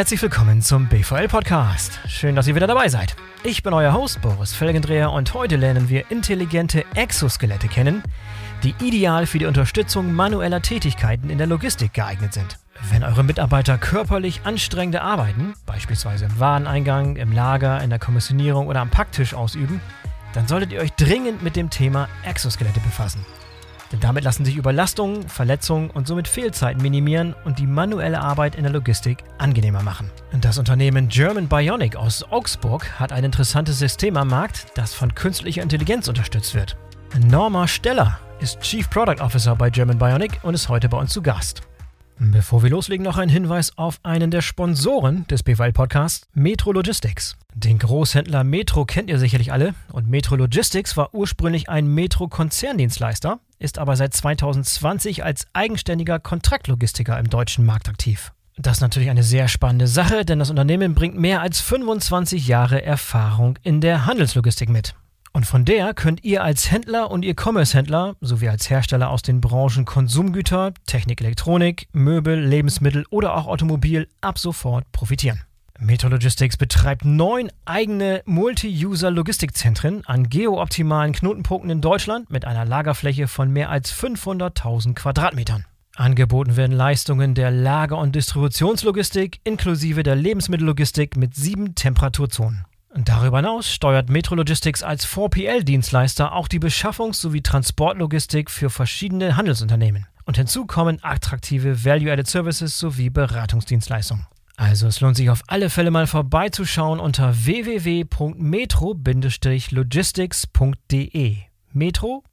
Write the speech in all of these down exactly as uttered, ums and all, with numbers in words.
herzlich willkommen zum B V L-Podcast. Schön, dass ihr wieder dabei seid. Ich bin euer Host Boris Felgendreher und heute lernen wir intelligente Exoskelette kennen, die ideal für die Unterstützung manueller Tätigkeiten in der Logistik geeignet sind. Wenn eure Mitarbeiter körperlich anstrengende Arbeiten, beispielsweise im Wareneingang, im Lager, in der Kommissionierung oder am Packtisch ausüben, dann solltet ihr euch dringend mit dem Thema Exoskelette befassen. Denn damit lassen sich Überlastungen, Verletzungen und somit Fehlzeiten minimieren und die manuelle Arbeit in der Logistik angenehmer machen. Das Unternehmen German Bionic aus Augsburg hat ein interessantes System am Markt, das von künstlicher Intelligenz unterstützt wird. Norma Steller ist Chief Product Officer bei German Bionic und ist heute bei uns zu Gast. Bevor wir loslegen, noch ein Hinweis auf einen der Sponsoren des B V L-Podcasts, Metro Logistics. Den Großhändler Metro kennt ihr sicherlich alle und Metro Logistics war ursprünglich ein Metro-Konzerndienstleister, ist aber seit zwanzig zwanzig als eigenständiger Kontraktlogistiker im deutschen Markt aktiv. Das ist natürlich eine sehr spannende Sache, denn das Unternehmen bringt mehr als fünfundzwanzig Jahre Erfahrung in der Handelslogistik mit. Und von der könnt ihr als Händler und E-Commerce-Händler sowie als Hersteller aus den Branchen Konsumgüter, Technik, Elektronik, Möbel, Lebensmittel oder auch Automobil ab sofort profitieren. Metro Logistics betreibt neun eigene Multi-User-Logistikzentren an geooptimalen Knotenpunkten in Deutschland mit einer Lagerfläche von mehr als fünfhunderttausend Quadratmetern. Angeboten werden Leistungen der Lager- und Distributionslogistik inklusive der Lebensmittellogistik mit sieben Temperaturzonen. Darüber hinaus steuert Metro Logistics als vier P L-Dienstleister auch die Beschaffungs- sowie Transportlogistik für verschiedene Handelsunternehmen. Und hinzu kommen attraktive Value-Added Services sowie Beratungsdienstleistungen. Also es lohnt sich auf alle Fälle mal vorbeizuschauen unter w w w punkt metro logistics punkt d e. metro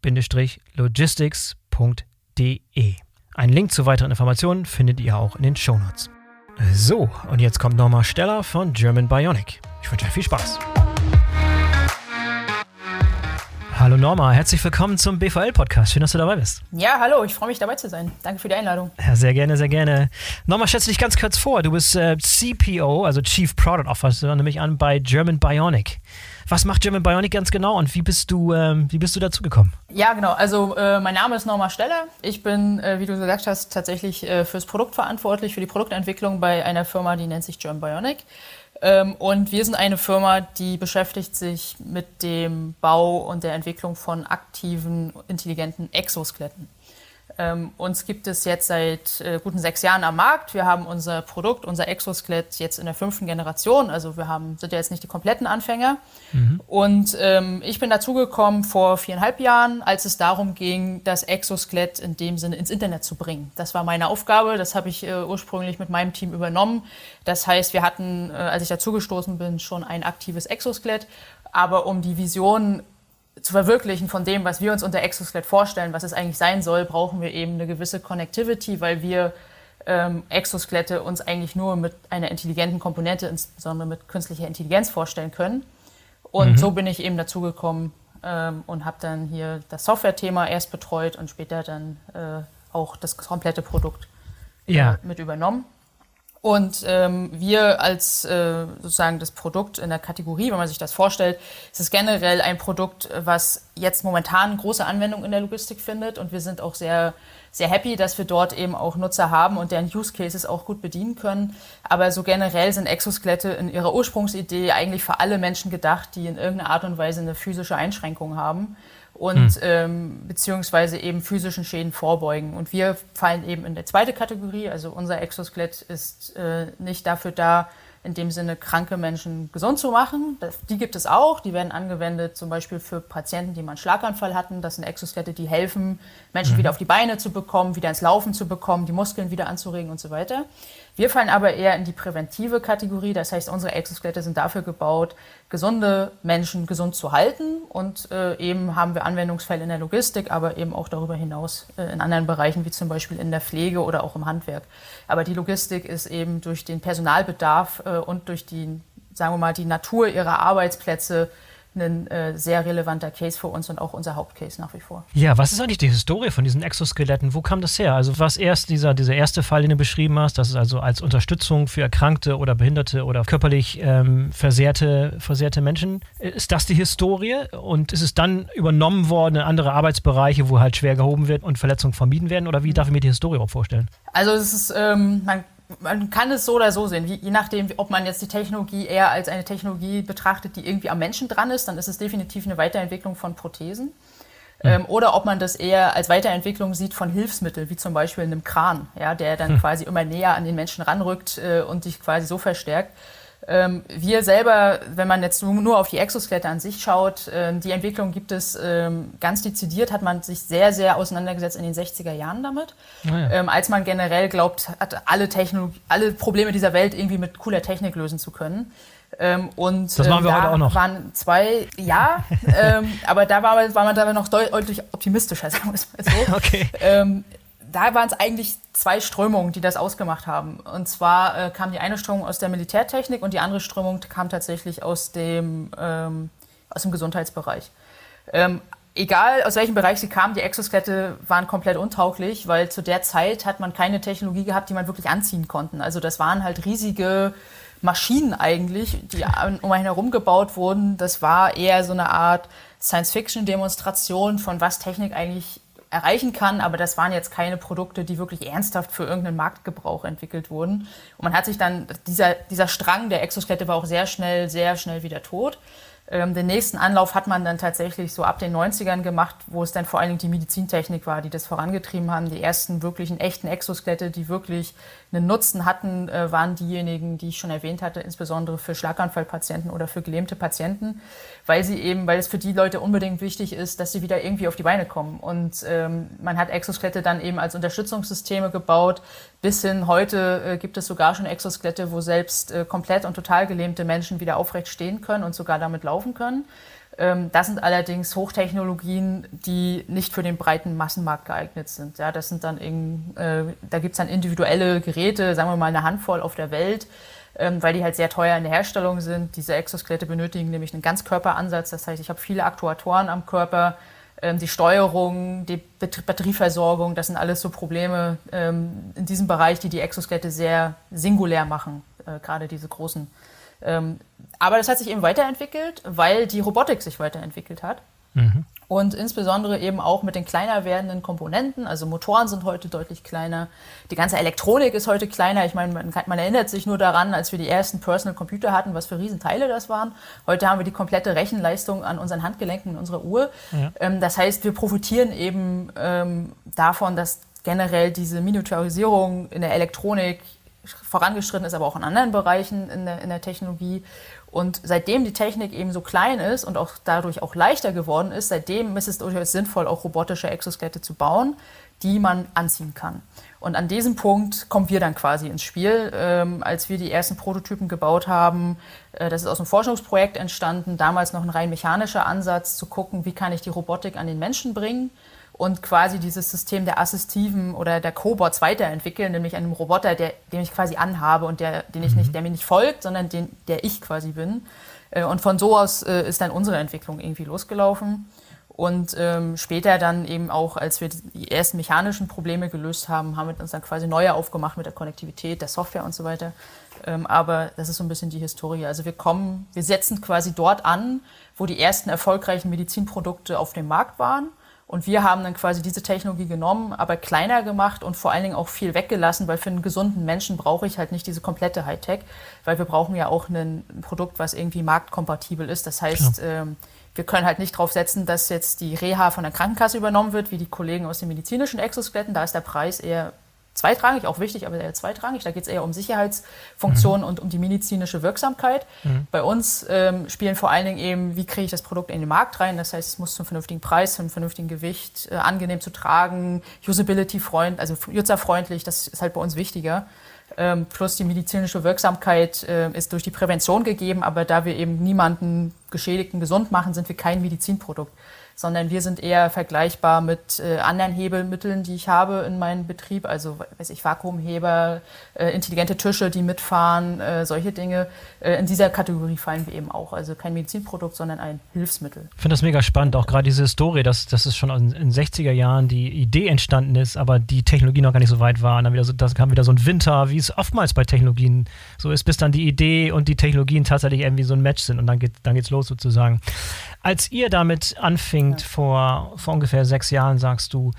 logistics punkt d e. Einen Link zu weiteren Informationen findet ihr auch in den Shownotes. So, und jetzt kommt Norma Steller von German Bionic. Ich wünsche euch viel Spaß. Hallo Norma, herzlich willkommen zum B V L-Podcast. Schön, dass du dabei bist. Ja, hallo, ich freue mich dabei zu sein. Danke für die Einladung. Ja, sehr gerne, sehr gerne. Norma, stell dich ganz kurz vor. Du bist äh, C P O, also Chief Product Officer, nämlich an bei German Bionic. Was macht German Bionic ganz genau und wie bist du, ähm, wie bist du dazu gekommen? Ja, genau. Also äh, mein Name ist Norma Steller. Ich bin, äh, wie du gesagt hast, tatsächlich äh, fürs Produkt verantwortlich, für die Produktentwicklung bei einer Firma, die nennt sich German Bionic. Ähm, und wir sind eine Firma, die beschäftigt sich mit dem Bau und der Entwicklung von aktiven, intelligenten Exoskeletten. Ähm, uns gibt es jetzt seit äh, guten sechs Jahren am Markt. Wir haben unser Produkt, unser Exoskelett jetzt in der fünften Generation. Also wir haben, sind ja jetzt nicht die kompletten Anfänger. Mhm. Und ähm, ich bin dazugekommen vor viereinhalb Jahren, als es darum ging, das Exoskelett in dem Sinne ins Internet zu bringen. Das war meine Aufgabe. Das habe ich äh, ursprünglich mit meinem Team übernommen. Das heißt, wir hatten, äh, als ich dazugestoßen bin, schon ein aktives Exoskelett. Aber um die Vision zu verwirklichen von dem, was wir uns unter Exoskelett vorstellen, was es eigentlich sein soll, brauchen wir eben eine gewisse Connectivity, weil wir ähm, Exoskelette uns eigentlich nur mit einer intelligenten Komponente, insbesondere mit künstlicher Intelligenz, vorstellen können. Und mhm. so bin ich eben dazugekommen ähm, und habe dann hier das Software-Thema erst betreut und später dann äh, auch das komplette Produkt ja. äh, mit übernommen. Und ähm, wir als äh, sozusagen das Produkt in der Kategorie, wenn man sich das vorstellt, ist es generell ein Produkt, was jetzt momentan große Anwendung in der Logistik findet. Und wir sind auch sehr, sehr happy, dass wir dort eben auch Nutzer haben und deren Use Cases auch gut bedienen können. Aber so generell sind Exoskelette in ihrer Ursprungsidee eigentlich für alle Menschen gedacht, die in irgendeiner Art und Weise eine physische Einschränkung haben. Und hm. ähm, beziehungsweise eben physischen Schäden vorbeugen. Und wir fallen eben in der zweite Kategorie. Also unser Exoskelett ist äh, nicht dafür da, in dem Sinne kranke Menschen gesund zu machen. Das, die gibt es auch. Die werden angewendet zum Beispiel für Patienten, die mal einen Schlaganfall hatten. Das sind Exoskelette, die helfen, Menschen mhm. wieder auf die Beine zu bekommen, wieder ins Laufen zu bekommen, die Muskeln wieder anzuregen und so weiter. Wir fallen aber eher in die präventive Kategorie. Das heißt, unsere Exoskelette sind dafür gebaut, gesunde Menschen gesund zu halten. Und äh, eben haben wir Anwendungsfälle in der Logistik, aber eben auch darüber hinaus äh, in anderen Bereichen, wie zum Beispiel in der Pflege oder auch im Handwerk. Aber die Logistik ist eben durch den Personalbedarf äh, und durch die, sagen wir mal, die Natur ihrer Arbeitsplätze ein äh, sehr relevanter Case für uns und auch unser Hauptcase nach wie vor. Ja, was ist eigentlich die Historie von diesen Exoskeletten? Wo kam das her? Also was erst dieser, dieser erste Fall, den du beschrieben hast, das ist also als Unterstützung für erkrankte oder behinderte oder körperlich ähm, versehrte, versehrte Menschen. Ist das die Historie? Und ist es dann übernommen worden in andere Arbeitsbereiche, wo halt schwer gehoben wird und Verletzungen vermieden werden? Oder wie darf ich mir die Historie auch vorstellen? Also es ist, ähm, man man kann es so oder so sehen, wie, je nachdem, ob man jetzt die Technologie eher als eine Technologie betrachtet, die irgendwie am Menschen dran ist, dann ist es definitiv eine Weiterentwicklung von Prothesen. Mhm. Ähm, oder ob man das eher als Weiterentwicklung sieht von Hilfsmitteln, wie zum Beispiel einem Kran, ja, der dann mhm. quasi immer näher an den Menschen ranrückt äh, und sich quasi so verstärkt. Ähm, wir selber, wenn man jetzt nur auf die Exoskelette an sich schaut, ähm, die Entwicklung gibt es ähm, ganz dezidiert, hat man sich sehr, sehr auseinandergesetzt in den sechziger Jahren damit. Oh ja. ähm, als man generell glaubt, hat alle, Technologie, alle Probleme dieser Welt irgendwie mit cooler Technik lösen zu können. Ähm, und das machen wir ähm, da heute auch noch. Waren zwei, ja, ähm, aber da war, war man da noch deutlich optimistischer, sagen wir es mal so. Okay. Ähm, Da waren es eigentlich zwei Strömungen, die das ausgemacht haben. Und zwar äh, kam die eine Strömung aus der Militärtechnik und die andere Strömung kam tatsächlich aus dem, ähm, aus dem Gesundheitsbereich. Ähm, egal aus welchem Bereich sie kamen, die Exoskelette waren komplett untauglich, weil zu der Zeit hat man keine Technologie gehabt, die man wirklich anziehen konnte. Also das waren halt riesige Maschinen eigentlich, die um einen herum gebaut wurden. Das war eher so eine Art Science-Fiction-Demonstration von was Technik eigentlich erreichen kann, aber das waren jetzt keine Produkte, die wirklich ernsthaft für irgendeinen Marktgebrauch entwickelt wurden. Und man hat sich dann, dieser, dieser Strang der Exoskelette war auch sehr schnell, sehr schnell wieder tot. Ähm, den nächsten Anlauf hat man dann tatsächlich so ab den neunzigern gemacht, wo es dann vor allen Dingen die Medizintechnik war, die das vorangetrieben haben. Die ersten wirklichen echten Exoskelette, die wirklich einen Nutzen hatten, äh, waren diejenigen, die ich schon erwähnt hatte, insbesondere für Schlaganfallpatienten oder für gelähmte Patienten, weil sie eben, weil es für die Leute unbedingt wichtig ist, dass sie wieder irgendwie auf die Beine kommen. Und ähm, man hat Exoskelette dann eben als Unterstützungssysteme gebaut. Bis hin heute äh, gibt es sogar schon Exoskelette, wo selbst äh, komplett und total gelähmte Menschen wieder aufrecht stehen können und sogar damit laufen können. Ähm, das sind allerdings Hochtechnologien, die nicht für den breiten Massenmarkt geeignet sind. Ja, das sind dann in, äh, da gibt es dann individuelle Geräte, sagen wir mal eine Handvoll auf der Welt, ähm, weil die halt sehr teuer in der Herstellung sind. Diese Exoskelette benötigen nämlich einen Ganzkörperansatz. Das heißt, ich habe viele Aktuatoren am Körper. Die Steuerung, die Batterieversorgung, das sind alles so Probleme ähm, in diesem Bereich, die die Exoskelette sehr singulär machen, äh, gerade diese großen. Ähm, aber das hat sich eben weiterentwickelt, weil die Robotik sich weiterentwickelt hat. Mhm. Und insbesondere eben auch mit den kleiner werdenden Komponenten, also Motoren sind heute deutlich kleiner, die ganze Elektronik ist heute kleiner. Ich meine, man, man erinnert sich nur daran, als wir die ersten Personal Computer hatten, was für Riesenteile das waren. Heute haben wir die komplette Rechenleistung an unseren Handgelenken in unserer Uhr. Ja. Ähm, das heißt, wir profitieren eben ähm, davon, dass generell diese Miniaturisierung in der Elektronik vorangeschritten ist, aber auch in anderen Bereichen in der, in der Technologie. Und seitdem die Technik eben so klein ist und auch dadurch auch leichter geworden ist, seitdem ist es durchaus sinnvoll, auch robotische Exoskelette zu bauen, die man anziehen kann. Und an diesem Punkt kommen wir dann quasi ins Spiel, ähm, als wir die ersten Prototypen gebaut haben. Äh, das ist aus einem Forschungsprojekt entstanden, damals noch ein rein mechanischer Ansatz, zu gucken, wie kann ich die Robotik an den Menschen bringen und quasi dieses System der Assistiven oder der Cobots weiterentwickeln, nämlich einem Roboter, der, den ich quasi anhabe und der, den ich nicht, der mir nicht folgt, sondern den, der ich quasi bin. Und von so aus äh, ist dann unsere Entwicklung irgendwie losgelaufen. Und ähm, später dann eben auch, als wir die ersten mechanischen Probleme gelöst haben, haben wir uns dann quasi neue aufgemacht mit der Konnektivität, der Software und so weiter. Ähm, aber das ist so ein bisschen die Historie. Also wir kommen, wir setzen quasi dort an, wo die ersten erfolgreichen Medizinprodukte auf dem Markt waren. Und wir haben dann quasi diese Technologie genommen, aber kleiner gemacht und vor allen Dingen auch viel weggelassen, weil für einen gesunden Menschen brauche ich halt nicht diese komplette Hightech, weil wir brauchen ja auch ein Produkt, was irgendwie marktkompatibel ist. Das heißt, ähm, wir können halt nicht drauf setzen, dass jetzt die Reha von der Krankenkasse übernommen wird, wie die Kollegen aus den medizinischen Exoskeletten. Da ist der Preis eher zweitrangig, auch wichtig, aber eher zweitrangig. Da geht es eher um Sicherheitsfunktionen mhm. und um die medizinische Wirksamkeit. Mhm. Bei uns ähm, spielen vor allen Dingen eben, wie kriege ich das Produkt in den Markt rein. Das heißt, es muss zum vernünftigen Preis, zum vernünftigen Gewicht, äh, angenehm zu tragen, usability-freundlich, also userfreundlich, das ist halt bei uns wichtiger. Ähm, plus die medizinische Wirksamkeit äh, ist durch die Prävention gegeben, aber da wir eben niemanden Geschädigten gesund machen, sind wir kein Medizinprodukt, sondern wir sind eher vergleichbar mit äh, anderen Hebelmitteln, die ich habe in meinem Betrieb, also weiß ich, Vakuumheber, äh, intelligente Tische, die mitfahren, äh, solche Dinge. Äh, in dieser Kategorie fallen wir eben auch, also kein Medizinprodukt, sondern ein Hilfsmittel. Ich finde das mega spannend, auch gerade diese Story, dass, dass es schon in den sechziger Jahren die Idee entstanden ist, aber die Technologie noch gar nicht so weit war. Und dann wieder so, das kam wieder so ein Winter, wie es oftmals bei Technologien so ist, bis dann die Idee und die Technologien tatsächlich irgendwie so ein Match sind und dann geht dann geht's los sozusagen. Als ihr damit anfingt, ja. vor, vor ungefähr sechs Jahren, sagst du,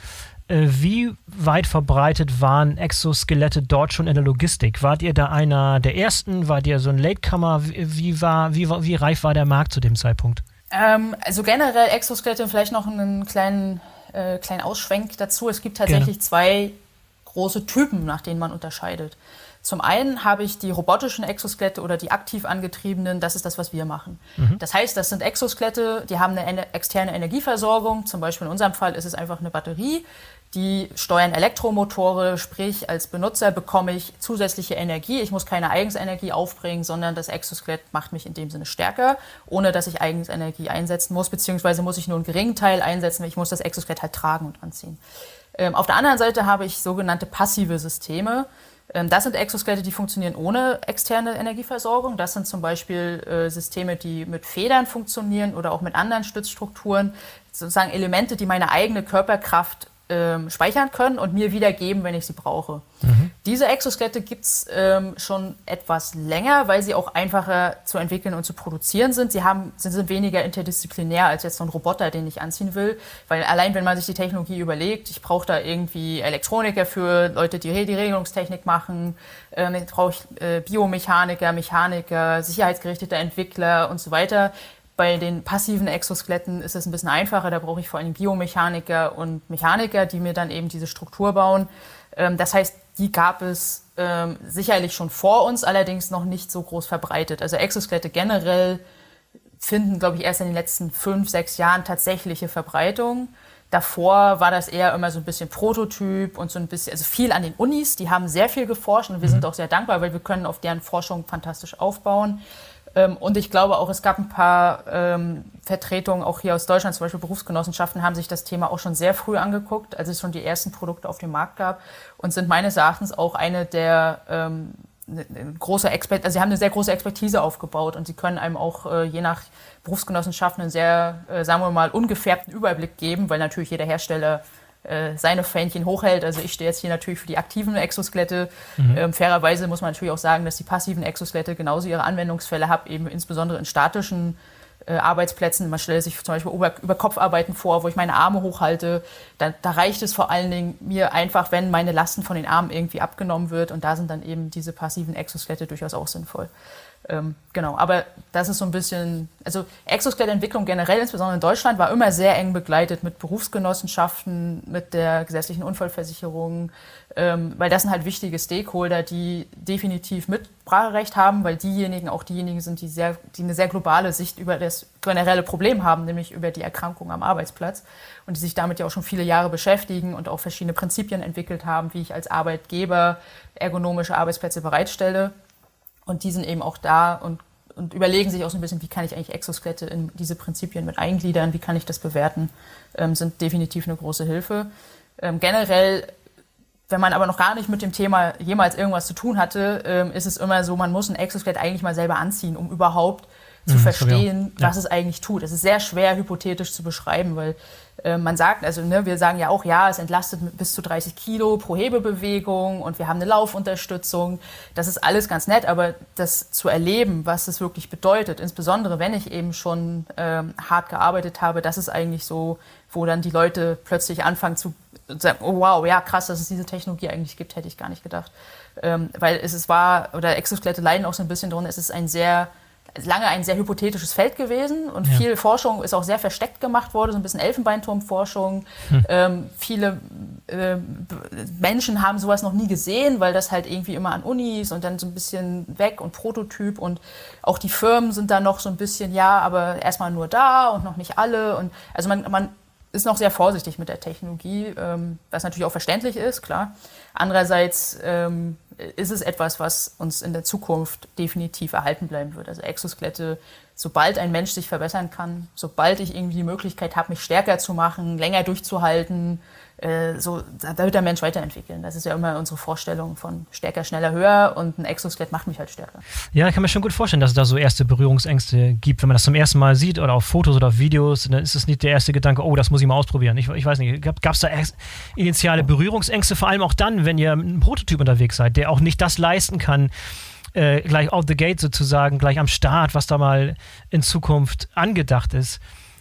Wie weit verbreitet waren Exoskelette dort schon in der Logistik? Wart ihr da einer der ersten? Wart ihr so ein Latecomer? Wie, war, wie, wie reif war der Markt zu dem Zeitpunkt? Ähm, also generell Exoskelette, vielleicht noch einen kleinen, äh, kleinen Ausschwenk dazu. Es gibt tatsächlich Gerne. zwei große Typen, nach denen man unterscheidet. Zum einen habe ich die robotischen Exoskelette oder die aktiv angetriebenen, das ist das, was wir machen. Mhm. Das heißt, das sind Exoskelette, die haben eine externe Energieversorgung, zum Beispiel in unserem Fall ist es einfach eine Batterie, die steuern Elektromotore, sprich als Benutzer bekomme ich zusätzliche Energie, ich muss keine Eigensenergie aufbringen, sondern das Exoskelett macht mich in dem Sinne stärker, ohne dass ich Eigensenergie einsetzen muss, beziehungsweise muss ich nur einen geringen Teil einsetzen, ich muss das Exoskelett halt tragen und anziehen. Ähm, auf der anderen Seite habe ich sogenannte passive Systeme. Das sind Exoskelette, die funktionieren ohne externe Energieversorgung. Das sind zum Beispiel äh, Systeme, die mit Federn funktionieren oder auch mit anderen Stützstrukturen. Sozusagen Elemente, die meine eigene Körperkraft ähm, speichern können und mir wiedergeben, wenn ich sie brauche. Mhm. Diese Exoskelette gibt es ähm, schon etwas länger, weil sie auch einfacher zu entwickeln und zu produzieren sind. Sie, haben, sie sind weniger interdisziplinär als jetzt so ein Roboter, den ich anziehen will. Weil allein, wenn man sich die Technologie überlegt, ich brauche da irgendwie Elektroniker für, Leute, die die Regelungstechnik machen, ähm, ich brauche äh, Biomechaniker, Mechaniker, sicherheitsgerichtete Entwickler und so weiter. Bei den passiven Exoskeletten ist es ein bisschen einfacher. Da brauche ich vor allem Biomechaniker und Mechaniker, die mir dann eben diese Struktur bauen. Ähm, das heißt, die gab es ähm, sicherlich schon vor uns, allerdings noch nicht so groß verbreitet. Also Exoskelette generell finden, glaube ich, erst in den letzten fünf, sechs Jahren tatsächliche Verbreitung. Davor war das eher immer so ein bisschen Prototyp und so ein bisschen, also viel an den Unis. Die haben sehr viel geforscht und wir mhm. sind auch sehr dankbar, weil wir können auf deren Forschung fantastisch aufbauen. Ähm, und ich glaube auch, es gab ein paar ähm, Vertretungen, auch hier aus Deutschland, zum Beispiel Berufsgenossenschaften, haben sich das Thema auch schon sehr früh angeguckt, als es schon die ersten Produkte auf dem Markt gab und sind meines Erachtens auch eine der ähm, eine, eine große Expert, also sie haben eine sehr große Expertise aufgebaut und sie können einem auch äh, je nach Berufsgenossenschaften einen sehr, äh, sagen wir mal, ungefärbten Überblick geben, weil natürlich jeder Hersteller äh, seine Fähnchen hochhält. Also ich stehe jetzt hier natürlich für die aktiven Exoskelette. Mhm. Ähm, fairerweise muss man natürlich auch sagen, dass die passiven Exoskelette genauso ihre Anwendungsfälle haben, eben insbesondere in statischen äh, Arbeitsplätzen. Man stellt sich zum Beispiel über, über Kopfarbeiten vor, wo ich meine Arme hochhalte. Da, da reicht es vor allen Dingen mir einfach, wenn meine Lasten von den Armen irgendwie abgenommen wird. Und da sind dann eben diese passiven Exoskelette durchaus auch sinnvoll. Ähm, genau, aber das ist so ein bisschen, also Exoskelettentwicklung generell, insbesondere in Deutschland, war immer sehr eng begleitet mit Berufsgenossenschaften, mit der gesetzlichen Unfallversicherung, ähm, weil das sind halt wichtige Stakeholder, die definitiv Mitspracherecht haben, weil diejenigen auch diejenigen sind, die, sehr, die eine sehr globale Sicht über das generelle Problem haben, nämlich über die Erkrankung am Arbeitsplatz und die sich damit ja auch schon viele Jahre beschäftigen und auch verschiedene Prinzipien entwickelt haben, wie ich als Arbeitgeber ergonomische Arbeitsplätze bereitstelle. Und die sind eben auch da und, und überlegen sich auch so ein bisschen, wie kann ich eigentlich Exoskelette in diese Prinzipien mit eingliedern, wie kann ich das bewerten, ähm, sind definitiv eine große Hilfe. Ähm, generell, wenn man aber noch gar nicht mit dem Thema jemals irgendwas zu tun hatte, ähm, ist es immer so, man muss ein Exoskelett eigentlich mal selber anziehen, um überhaupt zu mhm, verstehen, ja. was es eigentlich tut. Es ist sehr schwer, hypothetisch zu beschreiben, weil äh, man sagt, also ne, wir sagen ja auch, ja, es entlastet mit bis zu dreißig Kilo pro Hebebewegung und wir haben eine Laufunterstützung. Das ist alles ganz nett, aber das zu erleben, was es wirklich bedeutet, insbesondere wenn ich eben schon ähm, hart gearbeitet habe, das ist eigentlich so, wo dann die Leute plötzlich anfangen zu sagen, oh wow, ja krass, dass es diese Technologie eigentlich gibt, hätte ich gar nicht gedacht. Ähm, weil es ist war, oder Exoskelette leiden auch so ein bisschen drunter, es ist ein sehr lange ein sehr hypothetisches Feld gewesen und ja. viel Forschung ist auch sehr versteckt gemacht worden, so ein bisschen Elfenbeinturmforschung. Hm. Ähm, viele äh, Menschen haben sowas noch nie gesehen, weil das halt irgendwie immer an Unis und dann so ein bisschen weg und Prototyp und auch die Firmen sind da noch so ein bisschen, ja, aber erstmal nur da und noch nicht alle. Und also man, man ist noch sehr vorsichtig mit der Technologie, ähm, was natürlich auch verständlich ist, klar. Andererseits ähm, ist es etwas, was uns in der Zukunft definitiv erhalten bleiben wird. Also Exoskelette, sobald ein Mensch sich verbessern kann, sobald ich irgendwie die Möglichkeit habe, mich stärker zu machen, länger durchzuhalten, äh, so, da wird der Mensch weiterentwickeln. Das ist ja immer unsere Vorstellung von stärker, schneller, höher und ein Exoskelett macht mich halt stärker. Ja, ich kann mir schon gut vorstellen, dass es da so erste Berührungsängste gibt. Wenn man das zum ersten Mal sieht oder auf Fotos oder auf Videos, dann ist es nicht der erste Gedanke, oh, das muss ich mal ausprobieren. Ich, ich weiß nicht, gab es da initiale Berührungsängste, vor allem auch dann, wenn ihr mit einem Prototyp unterwegs seid, der auch nicht das leisten kann, äh, gleich out the gate sozusagen, gleich am Start, was da mal in Zukunft angedacht ist.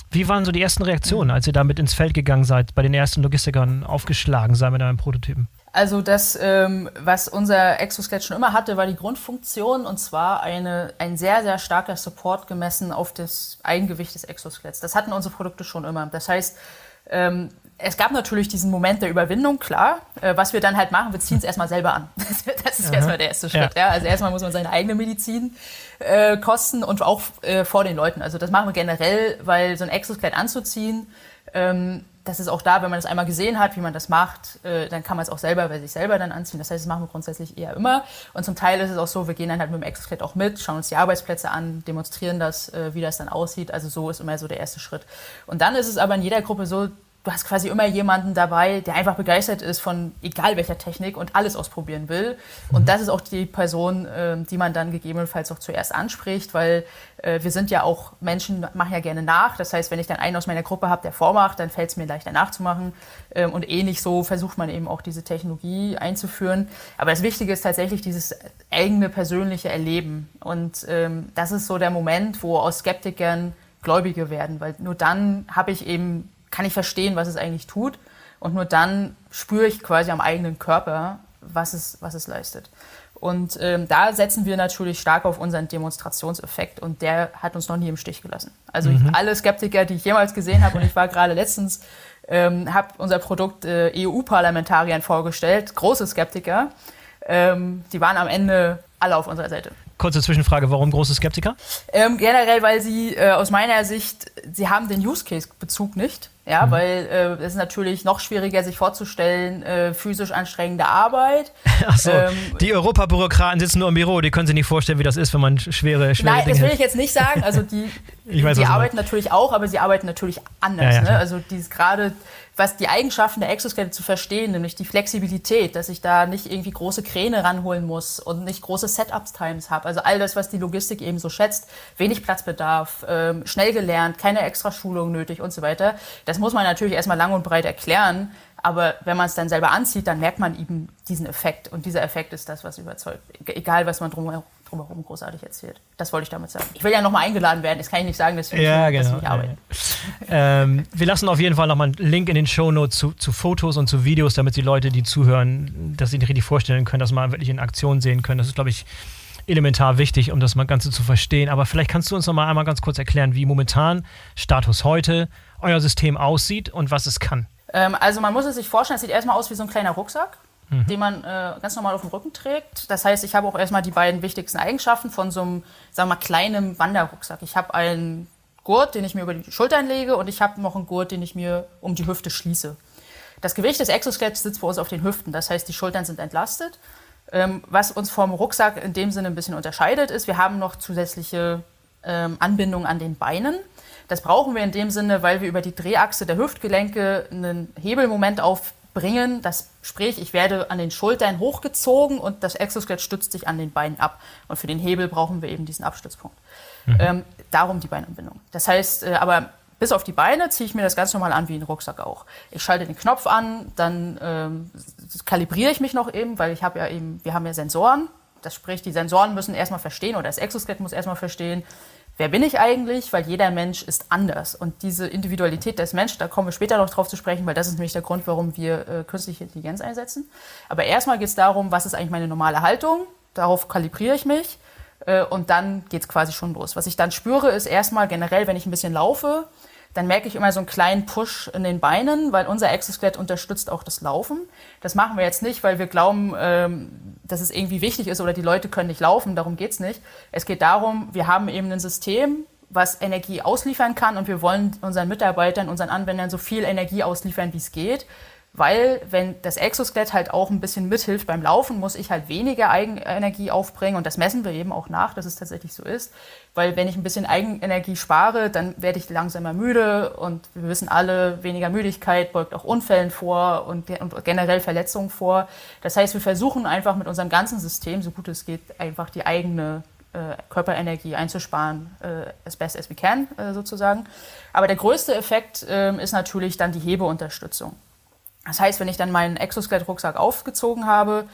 Wie waren so die ersten Reaktionen, als ihr damit ins Feld gegangen seid, bei den ersten Logistikern aufgeschlagen seid mit eurem Prototypen? Also das, ähm, was unser Exoskelett schon immer hatte, war die Grundfunktion, und zwar eine, ein sehr, sehr starker Support gemessen auf das Eigengewicht des Exoskeletts. Das hatten unsere Produkte schon immer. Das heißt, ähm, es gab natürlich diesen Moment der Überwindung, klar. Äh, was wir dann halt machen, wir ziehen es erstmal selber an. Das ist Aha. erstmal der erste Schritt. Ja. Ja. Also erstmal muss man seine eigene Medizin äh, kosten und auch äh, vor den Leuten. Also das machen wir generell, weil so ein Exoskelett anzuziehen, ähm, das ist auch da, wenn man das einmal gesehen hat, wie man das macht, äh, dann kann man es auch selber bei sich selber dann anziehen. Das heißt, das machen wir grundsätzlich eher immer. Und zum Teil ist es auch so, wir gehen dann halt mit dem Exoskelett auch mit, schauen uns die Arbeitsplätze an, demonstrieren das, äh, wie das dann aussieht. Also so ist immer so der erste Schritt. Und dann ist es aber in jeder Gruppe so, du hast quasi immer jemanden dabei, der einfach begeistert ist von egal welcher Technik und alles ausprobieren will. Und das ist auch die Person, die man dann gegebenenfalls auch zuerst anspricht, weil wir sind ja auch, Menschen machen ja gerne nach. Das heißt, wenn ich dann einen aus meiner Gruppe habe, der vormacht, dann fällt es mir leichter nachzumachen. Und ähnlich so versucht man eben auch diese Technologie einzuführen. Aber das Wichtige ist tatsächlich dieses eigene persönliche Erleben. Und das ist so der Moment, wo aus Skeptikern Gläubige werden, weil nur dann habe ich eben kann ich verstehen, was es eigentlich tut. Und nur dann spüre ich quasi am eigenen Körper, was es, was es leistet. Und ähm, da setzen wir natürlich stark auf unseren Demonstrationseffekt. Und der hat uns noch nie im Stich gelassen. Also mhm. ich, alle Skeptiker, die ich jemals gesehen habe, und ich war gerade letztens, ähm, habe unser Produkt äh, E U-Parlamentariern vorgestellt, große Skeptiker, ähm, die waren am Ende alle auf unserer Seite. Kurze Zwischenfrage, warum große Skeptiker? Ähm, generell, weil sie äh, aus meiner Sicht, sie haben den Use-Case-Bezug nicht. Ja, mhm. weil äh, es ist natürlich noch schwieriger, sich vorzustellen, äh, physisch anstrengende Arbeit. Ach so, ähm, die Europabürokraten sitzen nur im Büro, die können sich nicht vorstellen, wie das ist, wenn man schwere, schwere Nein, Dinge das will ich jetzt nicht sagen. Also die, ich weiß, die arbeiten natürlich auch, aber sie arbeiten natürlich anders. Ja, ja, ne? Also dieses gerade, was die Eigenschaften der Exoskelette zu verstehen, nämlich die Flexibilität, dass ich da nicht irgendwie große Kräne ranholen muss und nicht große Setup-Times habe. Also all das, was die Logistik eben so schätzt, wenig Platzbedarf, ähm, schnell gelernt, keine extra Schulung nötig und so weiter. Das muss man natürlich erstmal lang und breit erklären, aber wenn man es dann selber anzieht, dann merkt man eben diesen Effekt. Und dieser Effekt ist das, was überzeugt. Egal, was man drumherum, drumherum großartig erzählt. Das wollte ich damit sagen. Ich will ja nochmal eingeladen werden. Jetzt kann ich nicht sagen, dass wir, ja, nicht, genau, dass wir nicht arbeiten. Ja, ja. ähm, wir lassen auf jeden Fall nochmal einen Link in den Shownotes zu, zu Fotos und zu Videos, damit die Leute, die zuhören, dass sie sich richtig vorstellen können, dass man wirklich in Aktion sehen können. Das ist, glaube ich, elementar wichtig, um das Ganze zu verstehen. Aber vielleicht kannst du uns noch mal einmal ganz kurz erklären, wie momentan, Status heute, euer System aussieht und was es kann. Ähm, also man muss es sich vorstellen, es sieht erstmal aus wie so ein kleiner Rucksack, mhm. den man äh, ganz normal auf dem Rücken trägt. Das heißt, ich habe auch erstmal die beiden wichtigsten Eigenschaften von so einem, sagen wir mal, kleinen Wanderrucksack. Ich habe einen Gurt, den ich mir über die Schultern lege, und ich habe noch einen Gurt, den ich mir um die Hüfte schließe. Das Gewicht des Exoskeletts sitzt bei uns auf den Hüften, das heißt, die Schultern sind entlastet. Ähm, was uns vom Rucksack in dem Sinne ein bisschen unterscheidet, ist, wir haben noch zusätzliche ähm, Anbindungen an den Beinen. Das brauchen wir in dem Sinne, weil wir über die Drehachse der Hüftgelenke einen Hebelmoment aufbringen. Das sprich, ich werde an den Schultern hochgezogen und das Exoskelett stützt sich an den Beinen ab. Und für den Hebel brauchen wir eben diesen Abstützpunkt. Mhm. Ähm, darum die Beinanbindung. Das heißt, äh, aber bis auf die Beine ziehe ich mir das ganz normal an, wie ein Rucksack auch. Ich schalte den Knopf an, dann ähm, kalibriere ich mich noch eben, weil ich habe ja eben, wir haben ja Sensoren. Das sprich, die Sensoren müssen erstmal verstehen, oder das Exoskelett muss erstmal verstehen, wer bin ich eigentlich, weil jeder Mensch ist anders. Und diese Individualität des Menschen, da kommen wir später noch drauf zu sprechen, weil das ist nämlich der Grund, warum wir äh, künstliche Intelligenz einsetzen. Aber erstmal geht es darum, was ist eigentlich meine normale Haltung, darauf kalibriere ich mich. Äh, und dann geht es quasi schon los. Was ich dann spüre, ist erstmal generell, wenn ich ein bisschen laufe, dann merke ich immer so einen kleinen Push in den Beinen, weil unser Exoskelett unterstützt auch das Laufen. Das machen wir jetzt nicht, weil wir glauben, ähm, dass es irgendwie wichtig ist oder die Leute können nicht laufen, darum geht's nicht. Es geht darum, wir haben eben ein System, was Energie ausliefern kann, und wir wollen unseren Mitarbeitern, unseren Anwendern so viel Energie ausliefern, wie es geht. Weil, wenn das Exoskelett halt auch ein bisschen mithilft beim Laufen, muss ich halt weniger Eigenenergie aufbringen. Und das messen wir eben auch nach, dass es tatsächlich so ist. Weil wenn ich ein bisschen Eigenenergie spare, dann werde ich langsamer müde. Und wir wissen alle, weniger Müdigkeit beugt auch Unfällen vor und generell Verletzungen vor. Das heißt, wir versuchen einfach mit unserem ganzen System, so gut es geht, einfach die eigene äh, Körperenergie einzusparen, äh, as best as we can, äh, sozusagen. Aber der größte Effekt äh, ist natürlich dann die Hebeunterstützung. Das heißt, wenn ich dann meinen Exoskelett-Rucksack aufgezogen habe,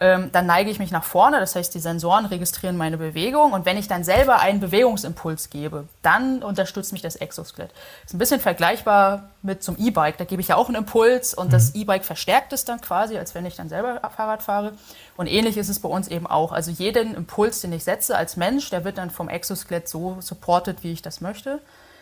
ähm, dann neige ich mich nach vorne, das heißt, die Sensoren registrieren meine Bewegung und wenn ich dann selber einen Bewegungsimpuls gebe, dann unterstützt mich das Exoskelett. Das ist ein bisschen vergleichbar mit zum E-Bike, da gebe ich ja auch einen Impuls und mhm. das E-Bike verstärkt es dann quasi, als wenn ich dann selber Fahrrad fahre. Und ähnlich ist es bei uns eben auch. Also jeden Impuls, den ich setze als Mensch, der wird dann vom Exoskelett so supported, wie ich das möchte.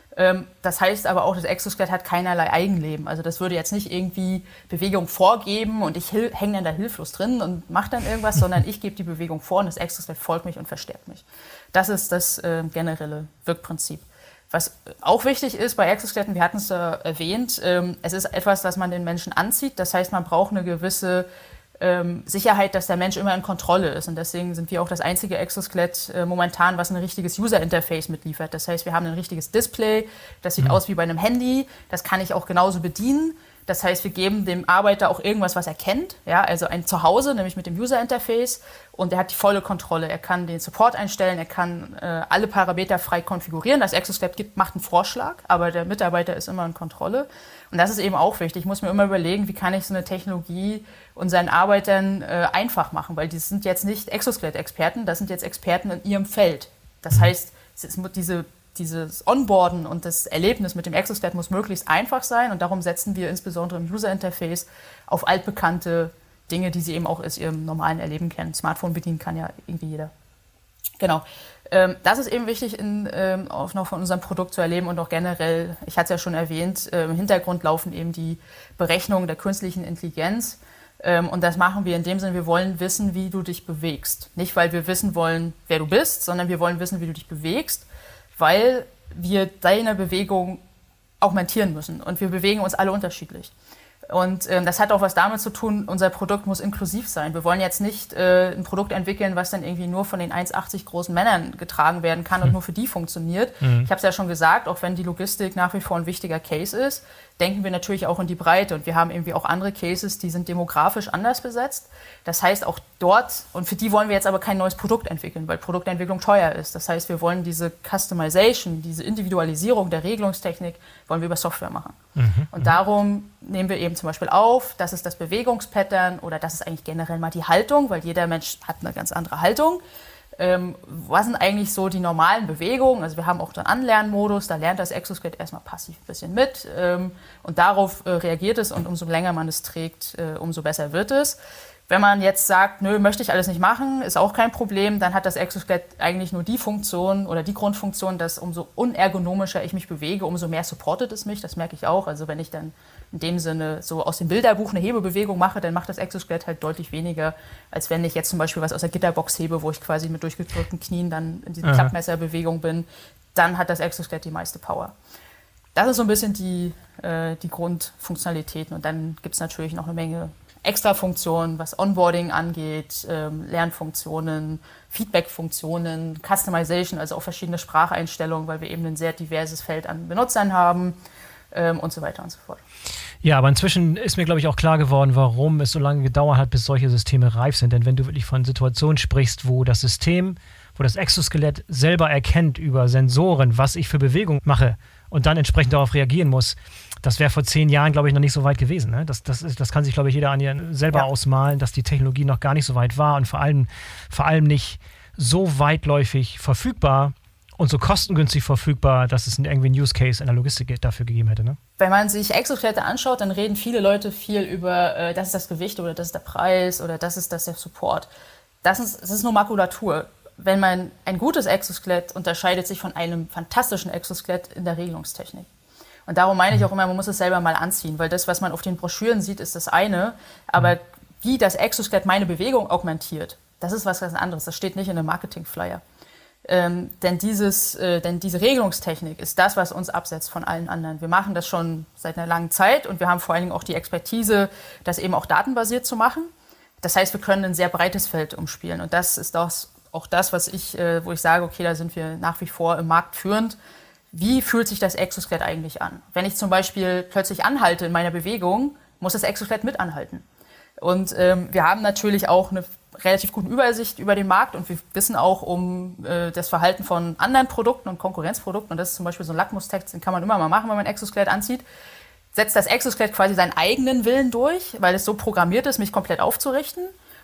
Das heißt aber auch, das Exoskelett hat keinerlei Eigenleben. Also das würde jetzt nicht irgendwie Bewegung vorgeben und ich hänge dann da hilflos drin und mache dann irgendwas, sondern ich gebe die Bewegung vor und das Exoskelett folgt mich und verstärkt mich. Das ist das äh, generelle Wirkprinzip. Was auch wichtig ist bei Exoskeletten, wir hatten es ja erwähnt, ähm, es ist etwas, das man den Menschen anzieht. Das heißt, man braucht eine gewisse ähm, Sicherheit, dass der Mensch immer in Kontrolle ist. Und deswegen sind wir auch das einzige Exoskelett äh, momentan, was ein richtiges User-Interface mitliefert. Das heißt, wir haben ein richtiges Display, das sieht mhm. aus wie bei einem Handy, das kann ich auch genauso bedienen. Das heißt, wir geben dem Arbeiter auch irgendwas, was er kennt, ja, also ein Zuhause, nämlich mit dem User-Interface und er hat die volle Kontrolle. Er kann den Support einstellen, er kann äh, alle Parameter frei konfigurieren. Das Exoskelett gibt, macht einen Vorschlag, aber der Mitarbeiter ist immer in Kontrolle. Und das ist eben auch wichtig. Ich muss mir immer überlegen, wie kann ich so eine Technologie unseren Arbeitern äh, einfach machen, weil die sind jetzt nicht Exoskelett-Experten, das sind jetzt Experten in ihrem Feld. Das heißt, es ist diese Dieses Onboarden und das Erlebnis mit dem Exoskelett muss möglichst einfach sein und darum setzen wir insbesondere im User-Interface auf altbekannte Dinge, die sie eben auch aus ihrem normalen Erleben kennen. Smartphone bedienen kann ja irgendwie jeder. Genau. Ähm, das ist eben wichtig in, ähm, auch noch von unserem Produkt zu erleben und auch generell, ich hatte es ja schon erwähnt, äh, im Hintergrund laufen eben die Berechnungen der künstlichen Intelligenz. Ähm, und das machen wir in dem Sinne, wir wollen wissen, wie du dich bewegst. Nicht, weil wir wissen wollen, wer du bist, sondern wir wollen wissen, wie du dich bewegst, weil wir deine Bewegung augmentieren müssen. Und wir bewegen uns alle unterschiedlich. Und ähm, das hat auch was damit zu tun, unser Produkt muss inklusiv sein. Wir wollen jetzt nicht äh, ein Produkt entwickeln, was dann irgendwie nur von den eins Komma achtzig großen Männern getragen werden kann und mhm. nur für die funktioniert. Mhm. Ich habe es ja schon gesagt, auch wenn die Logistik nach wie vor ein wichtiger Case ist, denken wir natürlich auch in die Breite. Und wir haben irgendwie auch andere Cases, die sind demografisch anders besetzt. Das heißt auch dort, und für die wollen wir jetzt aber kein neues Produkt entwickeln, weil Produktentwicklung teuer ist. Das heißt, wir wollen diese Customization, diese Individualisierung der Regelungstechnik, wollen wir über Software machen. Mhm. Und darum nehmen wir eben zum Beispiel auf, das ist das Bewegungspattern oder das ist eigentlich generell mal die Haltung, weil jeder Mensch hat eine ganz andere Haltung. Ähm, was sind eigentlich so die normalen Bewegungen? Also wir haben auch den Anlernmodus, da lernt das Exoskelett erstmal passiv ein bisschen mit ähm, und darauf äh, reagiert es und umso länger man es trägt, äh, umso besser wird es. Wenn man jetzt sagt, nö, möchte ich alles nicht machen, ist auch kein Problem, dann hat das Exoskelett eigentlich nur die Funktion oder die Grundfunktion, dass umso unergonomischer ich mich bewege, umso mehr supportet es mich, das merke ich auch. Also wenn ich dann in dem Sinne so aus dem Bilderbuch eine Hebebewegung mache, dann macht das Exoskelett halt deutlich weniger, als wenn ich jetzt zum Beispiel was aus der Gitterbox hebe, wo ich quasi mit durchgedrückten Knien dann in dieser Klappmesserbewegung bin, dann hat das Exoskelett die meiste Power. Das ist so ein bisschen die, äh, die Grundfunktionalitäten und dann gibt es natürlich noch eine Menge Extrafunktionen, was Onboarding angeht, ähm, Lernfunktionen, Feedbackfunktionen, Customization, also auch verschiedene Spracheinstellungen, weil wir eben ein sehr diverses Feld an Benutzern haben ähm, und so weiter und so fort. Ja, aber inzwischen ist mir, glaube ich, auch klar geworden, warum es so lange gedauert hat, bis solche Systeme reif sind. Denn wenn du wirklich von Situationen sprichst, wo das System, wo das Exoskelett selber erkennt über Sensoren, was ich für Bewegung mache und dann entsprechend darauf reagieren muss, das wäre vor zehn Jahren, glaube ich, noch nicht so weit gewesen. Ne? Das, das, ist, das kann sich, glaube ich, jeder an ihr selber ja. ausmalen, dass die Technologie noch gar nicht so weit war und vor allem, vor allem nicht so weitläufig verfügbar und so kostengünstig verfügbar, dass es irgendwie einen Use Case in der Logistik dafür gegeben hätte. Ne? Wenn man sich Exoskelette anschaut, dann reden viele Leute viel über, äh, das ist das Gewicht oder das ist der Preis oder das ist das der Support. Das ist, das ist nur Makulatur. Wenn man ein gutes Exoskelett unterscheidet sich von einem fantastischen Exoskelett in der Regelungstechnik. Und darum meine ich auch immer, man muss es selber mal anziehen, weil das, was man auf den Broschüren sieht, ist das eine, aber wie das Exoskelett meine Bewegung augmentiert, das ist was ganz anderes, das steht nicht in einem Marketing-Flyer. Ähm, denn, dieses, äh, denn diese Regelungstechnik ist das, was uns absetzt von allen anderen. Wir machen das schon seit einer langen Zeit und wir haben vor allen Dingen auch die Expertise, das eben auch datenbasiert zu machen. Das heißt, wir können ein sehr breites Feld umspielen und das ist das, auch das, was ich, äh, wo ich sage, okay, da sind wir nach wie vor im Markt führend. Wie fühlt sich das Exoskelett eigentlich an? Wenn ich zum Beispiel plötzlich anhalte in meiner Bewegung, muss das Exoskelett mit anhalten. Und ähm, wir haben natürlich auch eine relativ gute Übersicht über den Markt und wir wissen auch um äh, das Verhalten von anderen Produkten und Konkurrenzprodukten. Und das ist zum Beispiel so ein Lackmustest, den kann man immer mal machen, wenn man ein Exoskelett anzieht. Setzt das Exoskelett quasi seinen eigenen Willen durch, weil es so programmiert ist, mich komplett aufzurichten?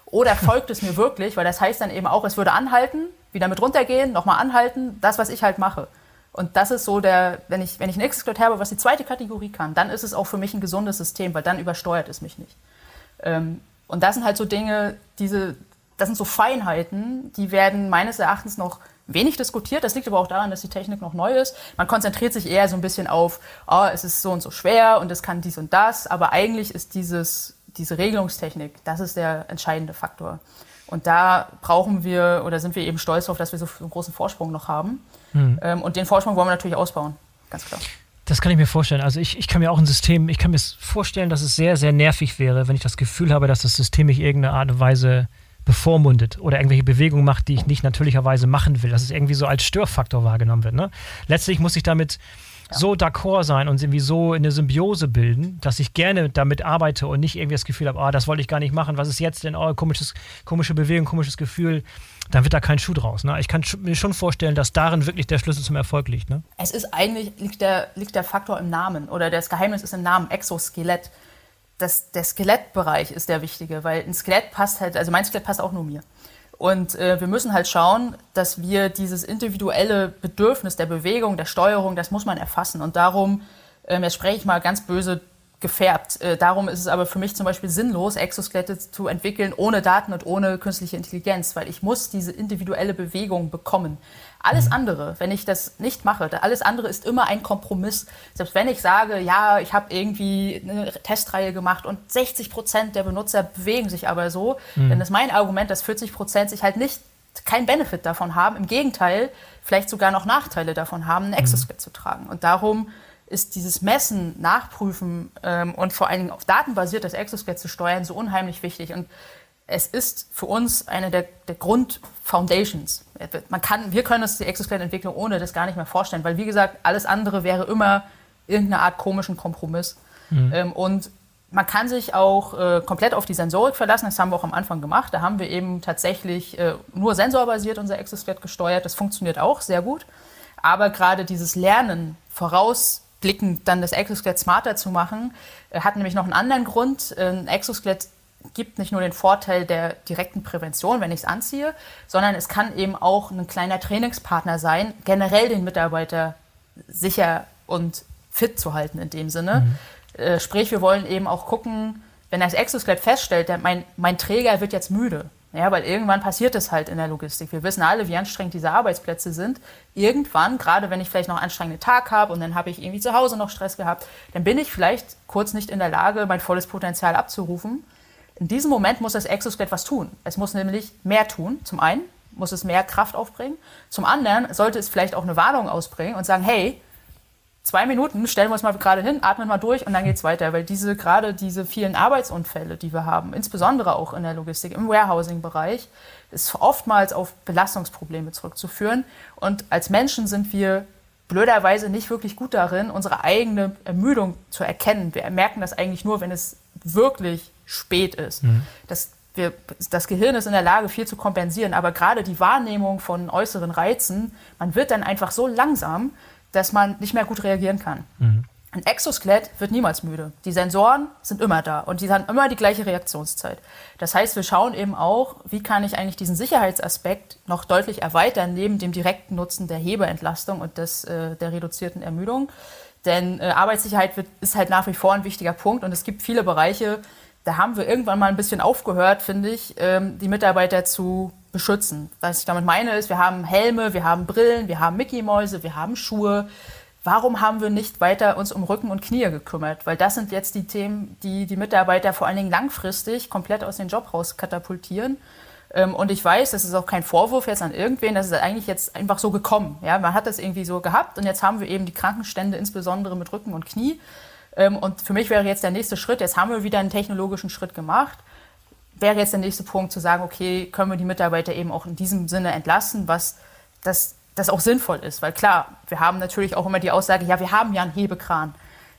Oder folgt es mir wirklich, weil das heißt dann eben auch, es würde anhalten, wieder mit runtergehen, nochmal anhalten, das, was ich halt mache. Und das ist so der, wenn ich, wenn ich ein Exoskelett habe, was die zweite Kategorie kann, dann ist es auch für mich ein gesundes System, weil dann übersteuert es mich nicht. Ähm, und das sind halt so Dinge, diese, das sind so Feinheiten, die werden meines Erachtens noch wenig diskutiert. Das liegt aber auch daran, dass die Technik noch neu ist. Man konzentriert sich eher so ein bisschen auf, oh, es ist so und so schwer und es kann dies und das. Aber eigentlich ist dieses, diese Regelungstechnik, das ist der entscheidende Faktor. Und da brauchen wir oder sind wir eben stolz darauf, dass wir so einen großen Vorsprung noch haben. Mhm. Ähm, und den Vorsprung wollen wir natürlich ausbauen, ganz klar. Das kann ich mir vorstellen. Also ich, ich kann mir auch ein System, ich kann mir vorstellen, dass es sehr, sehr nervig wäre, wenn ich das Gefühl habe, dass das System mich irgendeine Art und Weise bevormundet oder irgendwelche Bewegungen macht, die ich nicht natürlicherweise machen will, dass es irgendwie so als Störfaktor wahrgenommen wird. Ne? Letztlich muss ich damit ja. so d'accord sein und irgendwie so eine Symbiose bilden, dass ich gerne damit arbeite und nicht irgendwie das Gefühl habe, oh, das wollte ich gar nicht machen, was ist jetzt denn, oh, komisches, komische Bewegung, komisches Gefühl, dann wird da kein Schuh draus. Ne? Ich kann mir schon vorstellen, dass darin wirklich der Schlüssel zum Erfolg liegt. Ne? Es ist eigentlich, liegt der, liegt der Faktor im Namen oder das Geheimnis ist im Namen Exoskelett. Das, der Skelettbereich ist der wichtige, weil ein Skelett passt halt, also mein Skelett passt auch nur mir. Und äh, wir müssen halt schauen, dass wir dieses individuelle Bedürfnis der Bewegung, der Steuerung, das muss man erfassen. Und darum, ähm, jetzt spreche ich mal ganz böse gefärbt, äh, darum ist es aber für mich zum Beispiel sinnlos, Exoskelette zu entwickeln ohne Daten und ohne künstliche Intelligenz, weil ich muss diese individuelle Bewegung bekommen. Alles andere, wenn ich das nicht mache, alles andere ist immer ein Kompromiss. Selbst wenn ich sage, ja, ich habe irgendwie eine Testreihe gemacht und sechzig Prozent der Benutzer bewegen sich aber so, mhm. dann ist mein Argument, dass vierzig Prozent sich halt nicht keinen Benefit davon haben, im Gegenteil, vielleicht sogar noch Nachteile davon haben, ein Exoskelett mhm. zu tragen. Und darum ist dieses Messen, Nachprüfen ähm, und vor allen Dingen auf datenbasiert das Exoskelett zu steuern so unheimlich wichtig. Und es ist für uns eine der, der Grund-Foundations. Man kann, wir können uns die Exoskelettentwicklung ohne das gar nicht mehr vorstellen, weil wie gesagt, alles andere wäre immer irgendeine Art komischen Kompromiss. Mhm. Ähm, und man kann sich auch äh, komplett auf die Sensorik verlassen, das haben wir auch am Anfang gemacht. Da haben wir eben tatsächlich äh, nur sensorbasiert unser Exoskelett gesteuert. Das funktioniert auch sehr gut. Aber gerade dieses Lernen vorausblickend dann das Exoskelett smarter zu machen, äh, hat nämlich noch einen anderen Grund. Äh, ein Exoskelett gibt nicht nur den Vorteil der direkten Prävention, wenn ich es anziehe, sondern es kann eben auch ein kleiner Trainingspartner sein, generell den Mitarbeiter sicher und fit zu halten in dem Sinne. Mhm. Äh, sprich, wir wollen eben auch gucken, wenn das Exoskelett feststellt, der, mein, mein Träger wird jetzt müde. Ja, weil irgendwann passiert es halt in der Logistik. Wir wissen alle, wie anstrengend diese Arbeitsplätze sind. Irgendwann, gerade wenn ich vielleicht noch einen anstrengenden Tag habe und dann habe ich irgendwie zu Hause noch Stress gehabt, dann bin ich vielleicht kurz nicht in der Lage, mein volles Potenzial abzurufen. In diesem Moment muss das Exoskelett was tun. Es muss nämlich mehr tun. Zum einen muss es mehr Kraft aufbringen. Zum anderen sollte es vielleicht auch eine Warnung ausbringen und sagen, hey, zwei Minuten, stellen wir uns mal gerade hin, atmen mal durch und dann geht's weiter. Weil diese, gerade diese vielen Arbeitsunfälle, die wir haben, insbesondere auch in der Logistik, im Warehousing-Bereich, ist oftmals auf Belastungsprobleme zurückzuführen. Und als Menschen sind wir blöderweise nicht wirklich gut darin, unsere eigene Ermüdung zu erkennen. Wir merken das eigentlich nur, wenn es wirklich spät ist. Mhm. Das, wir, das Gehirn ist in der Lage, viel zu kompensieren, aber gerade die Wahrnehmung von äußeren Reizen, man wird dann einfach so langsam, dass man nicht mehr gut reagieren kann. Mhm. Ein Exoskelett wird niemals müde. Die Sensoren sind immer da und die haben immer die gleiche Reaktionszeit. Das heißt, wir schauen eben auch, wie kann ich eigentlich diesen Sicherheitsaspekt noch deutlich erweitern, neben dem direkten Nutzen der Hebeentlastung und des, äh, der reduzierten Ermüdung. Denn äh, Arbeitssicherheit wird, ist halt nach wie vor ein wichtiger Punkt und es gibt viele Bereiche, da haben wir irgendwann mal ein bisschen aufgehört, finde ich, ähm, die Mitarbeiter zu beschützen. Was ich damit meine ist, wir haben Helme, wir haben Brillen, wir haben Mickey-Mäuse, wir haben Schuhe. Warum haben wir nicht weiter uns um Rücken und Knie gekümmert? Weil das sind jetzt die Themen, die die Mitarbeiter vor allen Dingen langfristig komplett aus dem Job raus katapultieren. Ähm, und ich weiß, das ist auch kein Vorwurf jetzt an irgendwen, das ist eigentlich jetzt einfach so gekommen. Ja, man hat das irgendwie so gehabt und jetzt haben wir eben die Krankenstände, insbesondere mit Rücken und Knie. Und für mich wäre jetzt der nächste Schritt, jetzt haben wir wieder einen technologischen Schritt gemacht, wäre jetzt der nächste Punkt zu sagen, okay, können wir die Mitarbeiter eben auch in diesem Sinne entlasten, was das, das auch sinnvoll ist. Weil klar, wir haben natürlich auch immer die Aussage, ja, wir haben ja einen Hebekran.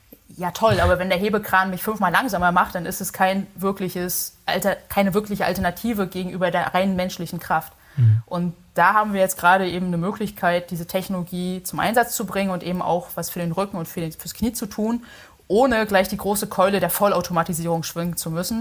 Ja toll, aber wenn der Hebekran mich fünfmal langsamer macht, dann ist es kein wirkliches, keine wirkliche Alternative gegenüber der rein menschlichen Kraft. Mhm. Und da haben wir jetzt gerade eben eine Möglichkeit, diese Technologie zum Einsatz zu bringen und eben auch was für den Rücken und für den, fürs Knie zu tun, ohne gleich die große Keule der Vollautomatisierung schwingen zu müssen.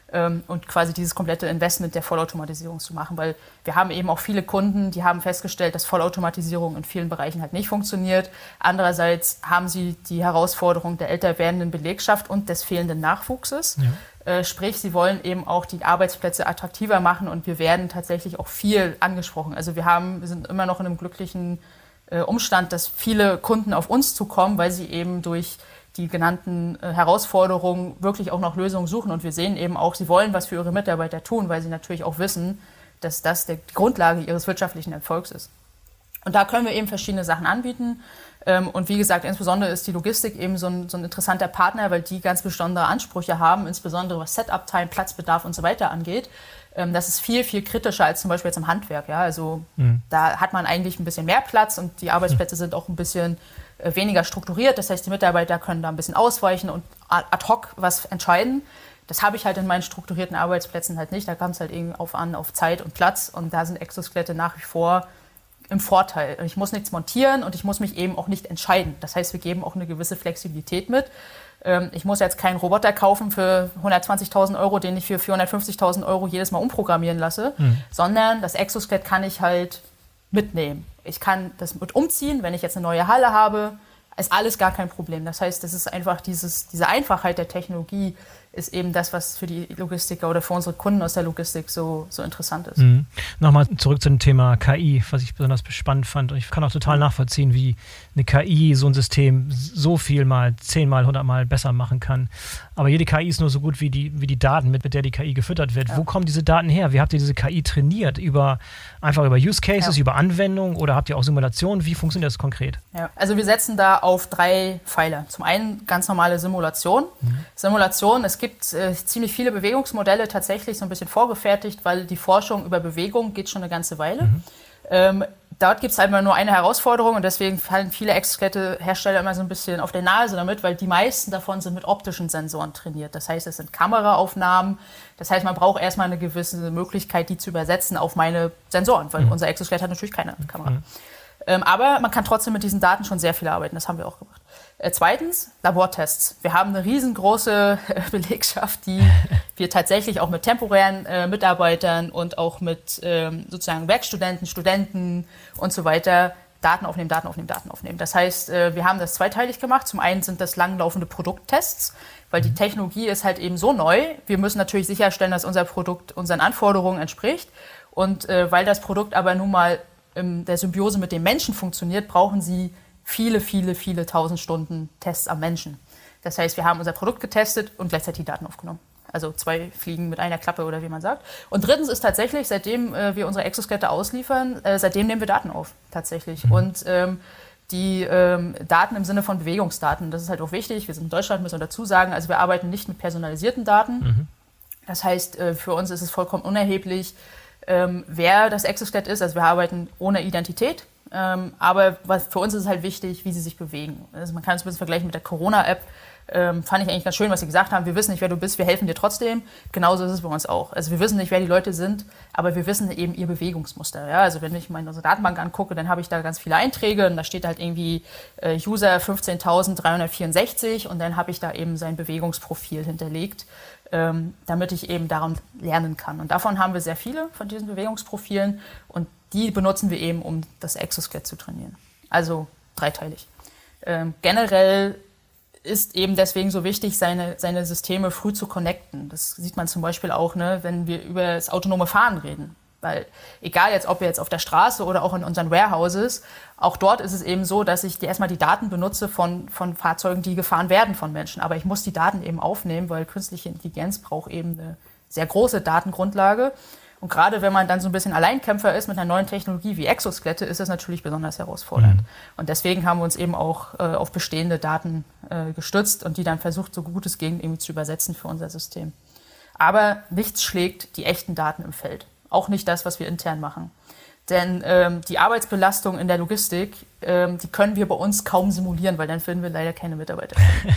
ähm, und quasi dieses komplette Investment der Vollautomatisierung zu machen, weil wir haben eben auch viele Kunden, die haben festgestellt, dass Vollautomatisierung in vielen Bereichen halt nicht funktioniert. Andererseits haben sie die Herausforderung der älter werdenden Belegschaft und des fehlenden Nachwuchses. Ja. Äh, sprich, sie wollen eben auch die Arbeitsplätze attraktiver machen und wir werden tatsächlich auch viel angesprochen. Also wir haben, wir sind immer noch in einem glücklichen äh, Umstand, dass viele Kunden auf uns zukommen, weil sie eben durch die genannten äh, Herausforderungen wirklich auch noch Lösungen suchen. Und wir sehen eben auch, sie wollen was für ihre Mitarbeiter tun, weil sie natürlich auch wissen, dass das die Grundlage ihres wirtschaftlichen Erfolgs ist. Und da können wir eben verschiedene Sachen anbieten. Und wie gesagt, insbesondere ist die Logistik eben so ein, so ein interessanter Partner, weil die ganz besondere Ansprüche haben, insbesondere was Setup-Time, Platzbedarf und so weiter angeht. Das ist viel, viel kritischer als zum Beispiel jetzt im Handwerk. Ja? Also mhm. da hat man eigentlich ein bisschen mehr Platz und die Arbeitsplätze sind auch ein bisschen weniger strukturiert. Das heißt, die Mitarbeiter können da ein bisschen ausweichen und ad hoc was entscheiden. Das habe ich halt in meinen strukturierten Arbeitsplätzen halt nicht. Da kommt es halt irgendwie auf an, auf Zeit und Platz. Und da sind Exoskelette nach wie vor im Vorteil. Ich muss nichts montieren und ich muss mich eben auch nicht entscheiden. Das heißt, wir geben auch eine gewisse Flexibilität mit. Ich muss jetzt keinen Roboter kaufen für hundertzwanzigtausend Euro, den ich für vierhundertfünfzigtausend Euro jedes Mal umprogrammieren lasse, mhm. sondern das Exoskelett kann ich halt mitnehmen. Ich kann das mit umziehen, wenn ich jetzt eine neue Halle habe, ist alles gar kein Problem. Das heißt, das ist einfach dieses, diese Einfachheit der Technologie ist eben das, was für die Logistiker oder für unsere Kunden aus der Logistik so, so interessant ist. Mhm. Nochmal zurück zu dem Thema K I, was ich besonders spannend fand. Und ich kann auch total mhm. nachvollziehen, wie eine K I so ein System so viel mal, zehnmal, hundertmal besser machen kann. Aber jede K I ist nur so gut wie die, wie die Daten, mit, mit der die K I gefüttert wird. Ja. Wo kommen diese Daten her? Wie habt ihr diese K I trainiert? Über, einfach über Use Cases, ja. über Anwendungen oder habt ihr auch Simulationen? Wie funktioniert das konkret? Ja. Also wir setzen da auf drei Pfeiler. Zum einen ganz normale Simulation. Mhm. Simulation, es gibt äh, ziemlich viele Bewegungsmodelle tatsächlich so ein bisschen vorgefertigt, weil die Forschung über Bewegung geht schon eine ganze Weile. Mhm. Ähm, dort gibt es halt immer nur eine Herausforderung und deswegen fallen viele Exoskelette-Hersteller immer so ein bisschen auf der Nase damit, weil die meisten davon sind mit optischen Sensoren trainiert. Das heißt, es sind Kameraaufnahmen. Das heißt, man braucht erstmal eine gewisse Möglichkeit, die zu übersetzen auf meine Sensoren, weil mhm. unser Exoskelett hat natürlich keine Kamera. Mhm. Ähm, aber man kann trotzdem mit diesen Daten schon sehr viel arbeiten. Das haben wir auch gemacht. Äh, zweitens, Labortests. Wir haben eine riesengroße äh, Belegschaft, die wir tatsächlich auch mit temporären äh, Mitarbeitern und auch mit ähm, sozusagen Werkstudenten, Studenten und so weiter Daten aufnehmen, Daten aufnehmen, Daten aufnehmen. Das heißt, äh, wir haben das zweiteilig gemacht. Zum einen sind das langlaufende Produkttests, weil die Technologie ist halt eben so neu. Wir müssen natürlich sicherstellen, dass unser Produkt unseren Anforderungen entspricht. Und äh, weil das Produkt aber nun mal in der Symbiose mit dem Menschen funktioniert, brauchen sie viele, viele, viele tausend Stunden Tests am Menschen. Das heißt, wir haben unser Produkt getestet und gleichzeitig die Daten aufgenommen. Also zwei Fliegen mit einer Klappe oder wie man sagt. Und drittens ist tatsächlich, seitdem äh, wir unsere Exoskelette ausliefern, äh, seitdem nehmen wir Daten auf, tatsächlich. Mhm. Und ähm, die ähm, Daten im Sinne von Bewegungsdaten, das ist halt auch wichtig. Wir sind in Deutschland, müssen wir dazu sagen, also wir arbeiten nicht mit personalisierten Daten. Mhm. Das heißt, äh, für uns ist es vollkommen unerheblich, ähm, wer das Exoskelett ist. Also wir arbeiten ohne Identität. Ähm, aber was für uns ist es halt wichtig, wie sie sich bewegen. Also man kann es ein bisschen vergleichen mit der Corona-App. Ähm, fand ich eigentlich ganz schön, was sie gesagt haben. Wir wissen nicht, wer du bist, wir helfen dir trotzdem. Genauso ist es bei uns auch. Also wir wissen nicht, wer die Leute sind, aber wir wissen eben ihr Bewegungsmuster. Ja? Also wenn ich meine unsere Datenbank angucke, dann habe ich da ganz viele Einträge und da steht halt irgendwie äh, User fünfzehntausenddreihundertvierundsechzig und dann habe ich da eben sein Bewegungsprofil hinterlegt, ähm, damit ich eben daran lernen kann. Und davon haben wir sehr viele von diesen Bewegungsprofilen und die benutzen wir eben, um das Exoskelett zu trainieren. Also dreiteilig. Ähm, generell ist eben deswegen so wichtig, seine, seine Systeme früh zu connecten. Das sieht man zum Beispiel auch, ne, wenn wir über das autonome Fahren reden. Weil egal jetzt, ob wir jetzt auf der Straße oder auch in unseren Warehouses, auch dort ist es eben so, dass ich die, erstmal die Daten benutze von, von Fahrzeugen, die gefahren werden von Menschen. Aber ich muss die Daten eben aufnehmen, weil künstliche Intelligenz braucht eben eine sehr große Datengrundlage. Und gerade wenn man dann so ein bisschen Alleinkämpfer ist mit einer neuen Technologie wie Exoskelette, ist das natürlich besonders herausfordernd. Mhm. Und deswegen haben wir uns eben auch äh, auf bestehende Daten äh, gestützt und die dann versucht, so gut es ging, irgendwie zu übersetzen für unser System. Aber nichts schlägt die echten Daten im Feld. Auch nicht das, was wir intern machen. Denn ähm, die Arbeitsbelastung in der Logistik, ähm, die können wir bei uns kaum simulieren, weil dann finden wir leider keine Mitarbeiter.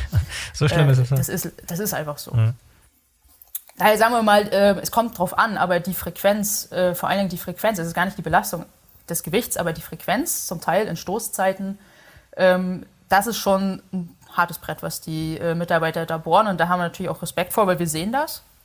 So schlimm äh, ist es. Ne? Das ist, das ist einfach so. Mhm. Daher sagen wir mal, äh, es kommt drauf an, aber die Frequenz, äh, vor allen Dingen die Frequenz, es ist gar nicht die Belastung des Gewichts, aber die Frequenz, zum Teil in Stoßzeiten, ähm, das ist schon ein hartes Brett, was die äh, Mitarbeiter da bohren. Und da haben wir natürlich auch Respekt vor, weil wir sehen das.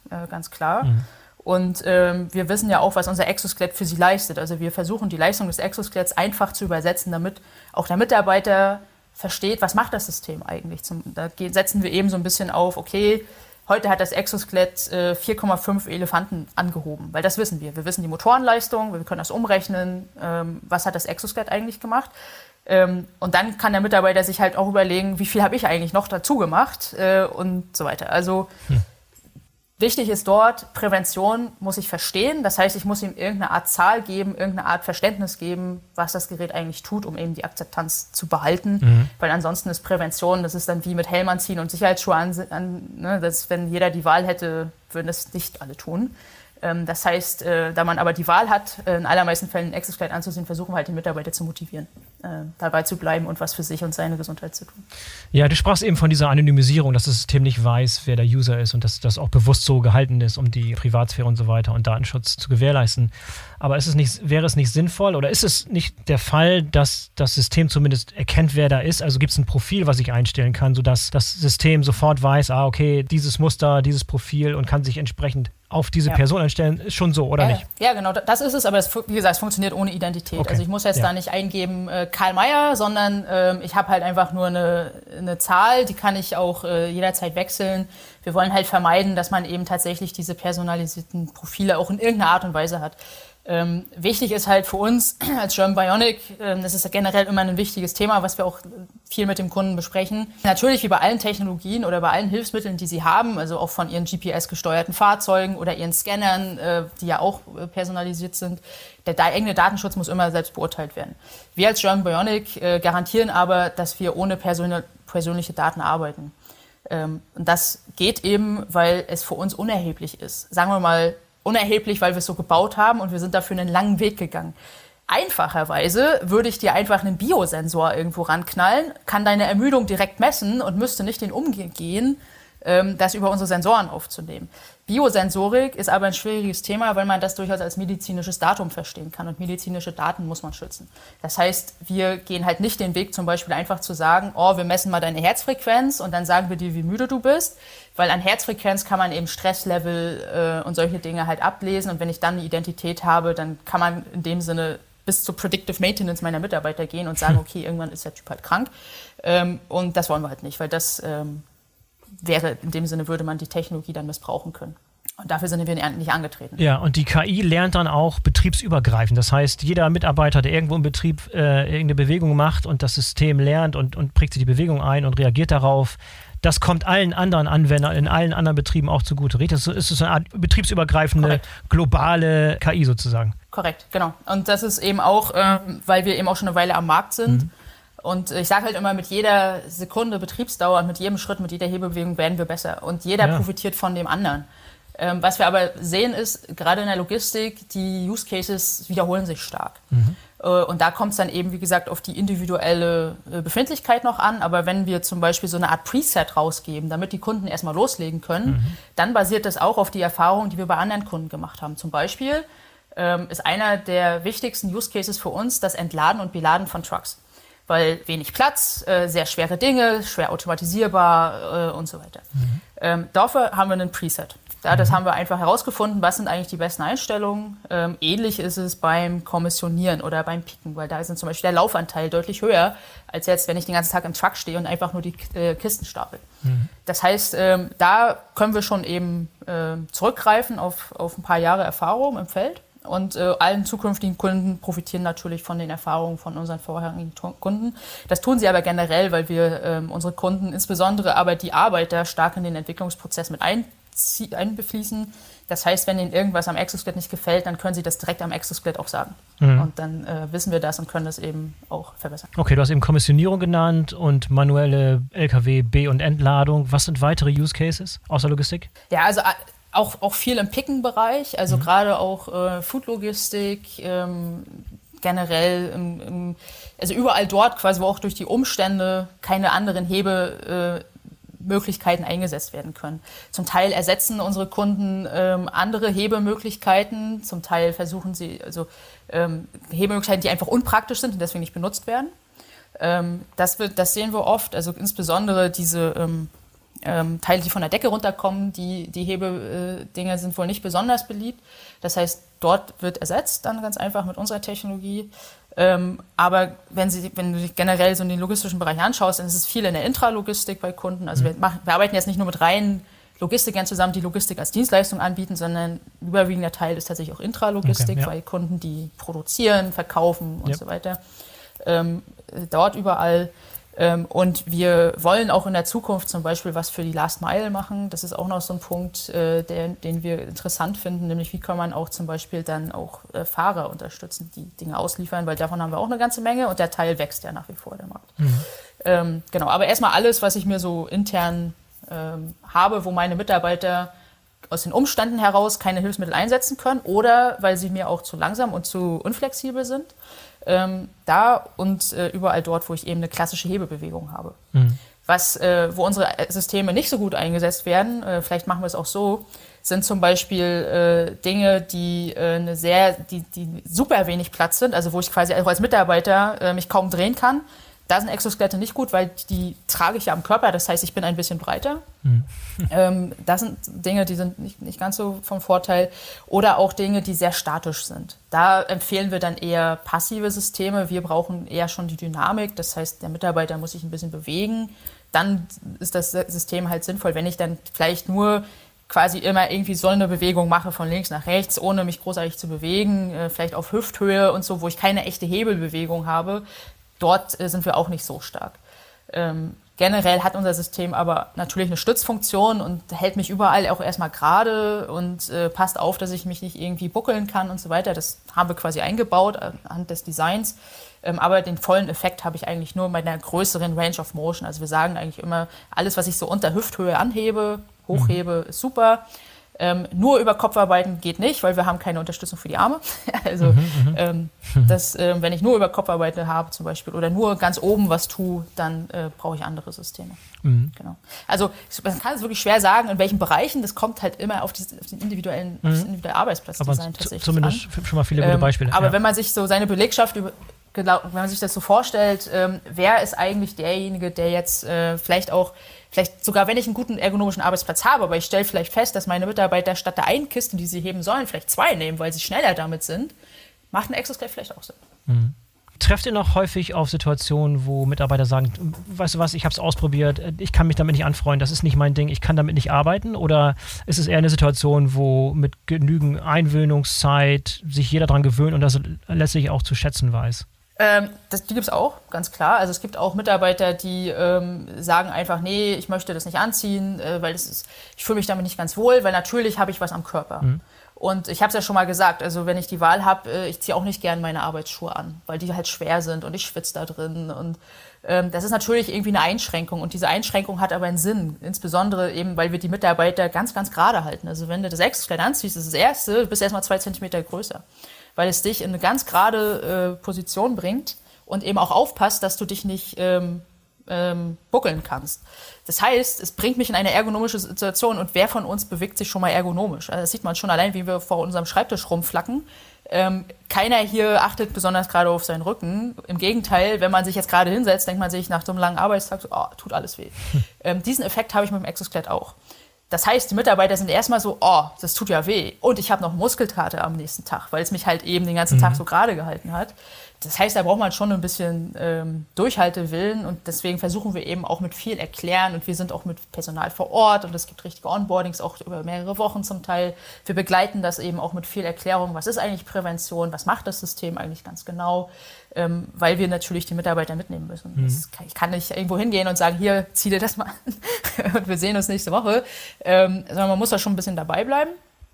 äh, ganz klar. Mhm. Und ähm, wir wissen ja auch, was unser Exoskelett für sie leistet. Also wir versuchen, die Leistung des Exoskeletts einfach zu übersetzen, damit auch der Mitarbeiter versteht, was macht das System eigentlich. Zum, da geht, setzen wir eben so ein bisschen auf, okay, heute hat das Exoskelett äh, vier Komma fünf Elefanten angehoben, weil das wissen wir. Wir wissen die Motorenleistung, wir können das umrechnen, ähm, was hat das Exoskelett eigentlich gemacht. Ähm, und dann kann der Mitarbeiter sich halt auch überlegen, wie viel habe ich eigentlich noch dazu gemacht äh, und so weiter. Also hm. Wichtig ist dort, Prävention muss ich verstehen. Das heißt, ich muss ihm irgendeine Art Zahl geben, irgendeine Art Verständnis geben, was das Gerät eigentlich tut, um eben die Akzeptanz zu behalten. Mhm. Weil ansonsten ist Prävention, das ist dann wie mit Helm anziehen und Sicherheitsschuhe an, an ne, das, wenn jeder die Wahl hätte, würden das nicht alle tun. Ähm, das heißt, äh, da man aber die Wahl hat, äh, in allermeisten Fällen ein Exoskelett anzusehen, versuchen wir halt die Mitarbeiter zu motivieren, äh, dabei zu bleiben und was für sich und seine Gesundheit zu tun. Ja, du sprachst eben von dieser Anonymisierung, dass das System nicht weiß, wer der User ist und dass das auch bewusst so gehalten ist, um die Privatsphäre und so weiter und Datenschutz zu gewährleisten. Aber ist es nicht, wäre es nicht sinnvoll oder ist es nicht der Fall, dass das System zumindest erkennt, wer da ist? Also gibt es ein Profil, was ich einstellen kann, sodass das System sofort weiß, ah, okay, dieses Muster, dieses Profil und kann sich entsprechend auf diese ja. Person einstellen, ist schon so, oder ja, nicht? Ja, genau, das ist es, aber es, wie gesagt, es funktioniert ohne Identität. Okay. Also ich muss jetzt ja. da nicht eingeben äh, Karl Mayer, sondern äh, ich habe halt einfach nur eine, eine Zahl, die kann ich auch äh, jederzeit wechseln. Wir wollen halt vermeiden, dass man eben tatsächlich diese personalisierten Profile auch in irgendeiner Art und Weise hat. Ähm, wichtig ist halt für uns als German Bionic, ähm, das ist ja generell immer ein wichtiges Thema, was wir auch viel mit dem Kunden besprechen. Natürlich wie bei allen Technologien oder bei allen Hilfsmitteln, die sie haben, also auch von ihren G P S-gesteuerten Fahrzeugen oder ihren Scannern, äh, die ja auch äh, personalisiert sind, der, der eigene Datenschutz muss immer selbst beurteilt werden. Wir als German Bionic äh, garantieren aber, dass wir ohne persön- persönliche Daten arbeiten. Ähm, und das geht eben, weil es für uns unerheblich ist. Sagen wir mal, unerheblich, weil wir es so gebaut haben und wir sind dafür einen langen Weg gegangen. Einfacherweise würde ich dir einfach einen Biosensor irgendwo ranknallen, kann deine Ermüdung direkt messen und müsste nicht den Umweg gehen, das über unsere Sensoren aufzunehmen. Biosensorik ist aber ein schwieriges Thema, weil man das durchaus als medizinisches Datum verstehen kann und medizinische Daten muss man schützen. Das heißt, wir gehen halt nicht den Weg, zum Beispiel einfach zu sagen, oh, wir messen mal deine Herzfrequenz und dann sagen wir dir, wie müde du bist, weil an Herzfrequenz kann man eben Stresslevel äh, und solche Dinge halt ablesen und wenn ich dann eine Identität habe, dann kann man in dem Sinne bis zur Predictive Maintenance meiner Mitarbeiter gehen und sagen, okay, irgendwann ist der Typ halt krank ähm, und das wollen wir halt nicht, weil das ähm, wäre, in dem Sinne würde man die Technologie dann missbrauchen können. Und dafür sind wir nicht angetreten. Ja, und die K I lernt dann auch betriebsübergreifend. Das heißt, jeder Mitarbeiter, der irgendwo im Betrieb äh, irgendeine Bewegung macht und das System lernt und, und prägt sich die Bewegung ein und reagiert darauf, das kommt allen anderen Anwendern in allen anderen Betrieben auch zugute. Das ist so eine Art betriebsübergreifende, Korrekt. globale K I sozusagen. Korrekt, genau. Und das ist eben auch, äh, weil wir eben auch schon eine Weile am Markt sind. Mhm. Und ich sage halt immer, mit jeder Sekunde Betriebsdauer und mit jedem Schritt, mit jeder Hebelbewegung werden wir besser. Und jeder ja. profitiert von dem anderen. Ähm, was wir aber sehen ist, gerade in der Logistik, die Use Cases wiederholen sich stark. Mhm. Äh, und da kommt es dann eben, wie gesagt, auf die individuelle äh, Befindlichkeit noch an. Aber wenn wir zum Beispiel so eine Art Preset rausgeben, damit die Kunden erstmal loslegen können, mhm. dann basiert das auch auf die Erfahrungen, die wir bei anderen Kunden gemacht haben. Zum Beispiel ähm, ist einer der wichtigsten Use Cases für uns das Entladen und Beladen von Trucks. Weil wenig Platz, äh, sehr schwere Dinge, schwer automatisierbar äh, und so weiter. Mhm. Ähm, dafür haben wir einen Preset. Ja, das mhm. haben wir einfach herausgefunden, was sind eigentlich die besten Einstellungen. Ähm, ähnlich ist es beim Kommissionieren oder beim Picken, weil da ist zum Beispiel der Laufanteil deutlich höher, als jetzt, wenn ich den ganzen Tag im Truck stehe und einfach nur die äh, Kisten stapel. Mhm. Das heißt, ähm, da können wir schon eben äh, zurückgreifen auf, auf ein paar Jahre Erfahrung im Feld. Und äh, allen zukünftigen Kunden profitieren natürlich von den Erfahrungen von unseren vorherigen Kunden. Das tun sie aber generell, weil wir ähm, unsere Kunden, insbesondere aber die Arbeiter, stark in den Entwicklungsprozess mit einzie- einbefließen. Das heißt, wenn ihnen irgendwas am Exoskelett nicht gefällt, dann können sie das direkt am Exoskelett auch sagen. Mhm. Und dann äh, wissen wir das und können das eben auch verbessern. Okay, du hast eben Kommissionierung genannt und manuelle L K W B- und Entladung. Was sind weitere Use Cases außer Logistik? Ja, also Auch, auch viel im Picken-Bereich, also mhm. gerade auch äh, Food-Logistik, ähm, generell, im, im, also überall dort quasi, wo auch durch die Umstände keine anderen Hebemöglichkeiten äh, eingesetzt werden können. Zum Teil ersetzen unsere Kunden ähm, andere Hebemöglichkeiten, zum Teil versuchen sie, also ähm, Hebemöglichkeiten, die einfach unpraktisch sind und deswegen nicht benutzt werden. Ähm, das, wird, das sehen wir oft, also insbesondere diese ähm, Ähm, Teile, die von der Decke runterkommen, die, die Hebedinger äh, sind wohl nicht besonders beliebt. Das heißt, dort wird ersetzt dann ganz einfach mit unserer Technologie. Ähm, aber wenn, Sie, wenn du dich generell so in den logistischen Bereich anschaust, dann ist es viel in der Intralogistik bei Kunden. Also mhm. wir, machen, wir arbeiten jetzt nicht nur mit reinen Logistikern zusammen, die Logistik als Dienstleistung anbieten, sondern ein überwiegender Teil ist tatsächlich auch Intralogistik, okay, ja. bei Kunden, die produzieren, verkaufen und ja. so weiter. Ähm, dort überall. Und wir wollen auch in der Zukunft zum Beispiel was für die Last Mile machen. Das ist auch noch so ein Punkt, der, den wir interessant finden, nämlich wie kann man auch zum Beispiel dann auch Fahrer unterstützen, die Dinge ausliefern, weil davon haben wir auch eine ganze Menge und der Teil wächst ja nach wie vor, der Markt. Mhm. Ähm, genau, aber erstmal alles, was ich mir so intern ähm, habe, wo meine Mitarbeiter aus den Umständen heraus keine Hilfsmittel einsetzen können oder weil sie mir auch zu langsam und zu unflexibel sind. Ähm, da und äh, überall dort, wo ich eben eine klassische Hebebewegung habe. Mhm. Was, äh, wo unsere Systeme nicht so gut eingesetzt werden, äh, vielleicht machen wir es auch so, sind zum Beispiel äh, Dinge, die äh, eine sehr, die, die super wenig Platz sind, also wo ich quasi auch als Mitarbeiter äh, mich kaum drehen kann. Da sind Exoskelette nicht gut, weil die trage ich ja am Körper, das heißt, ich bin ein bisschen breiter. Mhm. Ähm, das sind Dinge, die sind nicht, nicht ganz so vom Vorteil. Oder auch Dinge, die sehr statisch sind. Da empfehlen wir dann eher passive Systeme. Wir brauchen eher schon die Dynamik, das heißt, der Mitarbeiter muss sich ein bisschen bewegen. Dann ist das System halt sinnvoll, wenn ich dann vielleicht nur quasi immer irgendwie so eine Bewegung mache von links nach rechts, ohne mich großartig zu bewegen, äh, vielleicht auf Hüfthöhe und so, wo ich keine echte Hebelbewegung habe. Dort äh, sind wir auch nicht so stark. Ähm, generell hat unser System aber natürlich eine Stützfunktion und hält mich überall auch erstmal gerade und äh, passt auf, dass ich mich nicht irgendwie buckeln kann und so weiter. Das haben wir quasi eingebaut anhand des Designs. Ähm, aber den vollen Effekt habe ich eigentlich nur mit einer größeren Range of Motion. Also wir sagen eigentlich immer, alles, was ich so unter Hüfthöhe anhebe, hochhebe, mhm. ist super. Ähm, nur über Kopfarbeiten geht nicht, weil wir haben keine Unterstützung für die Arme. Also mhm, ähm, das, äh, wenn ich nur über Kopfarbeiten habe zum Beispiel oder nur ganz oben was tue, dann äh, brauche ich andere Systeme. Mhm. Genau. Also man kann es wirklich schwer sagen, in welchen Bereichen. Das kommt halt immer auf, die, auf den individuellen, mhm. auf das individuelle Arbeitsplatzdesign tatsächlich zumindest an. Schon mal viele gute Beispiele. Ähm, aber ja. wenn man sich so seine Belegschaft über wenn man sich das so vorstellt, ähm, wer ist eigentlich derjenige, der jetzt äh, vielleicht auch, vielleicht sogar wenn ich einen guten ergonomischen Arbeitsplatz habe, aber ich stelle vielleicht fest, dass meine Mitarbeiter statt der einen Kiste, die sie heben sollen, vielleicht zwei nehmen, weil sie schneller damit sind, macht ein Exoskelett vielleicht auch Sinn. Mhm. Trefft ihr noch häufig auf Situationen, wo Mitarbeiter sagen, weißt du was, ich habe es ausprobiert, ich kann mich damit nicht anfreunden, das ist nicht mein Ding, ich kann damit nicht arbeiten? Oder ist es eher eine Situation, wo mit genügend Einwöhnungszeit sich jeder daran gewöhnt und das letztlich auch zu schätzen weiß? Ähm, das, die gibt es auch, ganz klar. Also es gibt auch Mitarbeiter, die ähm, sagen einfach, nee, ich möchte das nicht anziehen, äh, weil das ist, ich fühle mich damit nicht ganz wohl, weil natürlich habe ich was am Körper. Mhm. Und ich habe es ja schon mal gesagt, also wenn ich die Wahl habe, äh, ich ziehe auch nicht gern meine Arbeitsschuhe an, weil die halt schwer sind und ich schwitze da drin. Und ähm, das ist natürlich irgendwie eine Einschränkung. Und diese Einschränkung hat aber einen Sinn, insbesondere eben, weil wir die Mitarbeiter ganz, ganz gerade halten. Also wenn du das Exoskelett anziehst, das ist das Erste, du bist erstmal zwei Zentimeter größer. Weil es dich in eine ganz gerade äh, Position bringt und eben auch aufpasst, dass du dich nicht ähm, ähm, buckeln kannst. Das heißt, es bringt mich in eine ergonomische Situation und wer von uns bewegt sich schon mal ergonomisch? Also das sieht man schon allein, wie wir vor unserem Schreibtisch rumflacken. Ähm, keiner hier achtet besonders gerade auf seinen Rücken. Im Gegenteil, wenn man sich jetzt gerade hinsetzt, denkt man sich nach so einem langen Arbeitstag, so, oh, tut alles weh. Hm. Ähm, diesen Effekt habe ich mit dem Exoskelett auch. Das heißt, die Mitarbeiter sind erstmal so, oh, das tut ja weh. Und ich habe noch Muskelkater am nächsten Tag, weil es mich halt eben den ganzen mhm. Tag so gerade gehalten hat. Das heißt, da braucht man schon ein bisschen ähm, Durchhaltewillen. Und deswegen versuchen wir eben auch mit viel Erklären. Und wir sind auch mit Personal vor Ort. Und es gibt richtige Onboardings, auch über mehrere Wochen zum Teil. Wir begleiten das eben auch mit viel Erklärung. Was ist eigentlich Prävention? Was macht das System eigentlich ganz genau? Ähm, weil wir natürlich die Mitarbeiter mitnehmen müssen. Mhm. Das kann, ich kann nicht irgendwo hingehen und sagen, hier, zieh dir das mal an und wir sehen uns nächste Woche. Ähm, sondern man muss da schon ein bisschen dabei bleiben.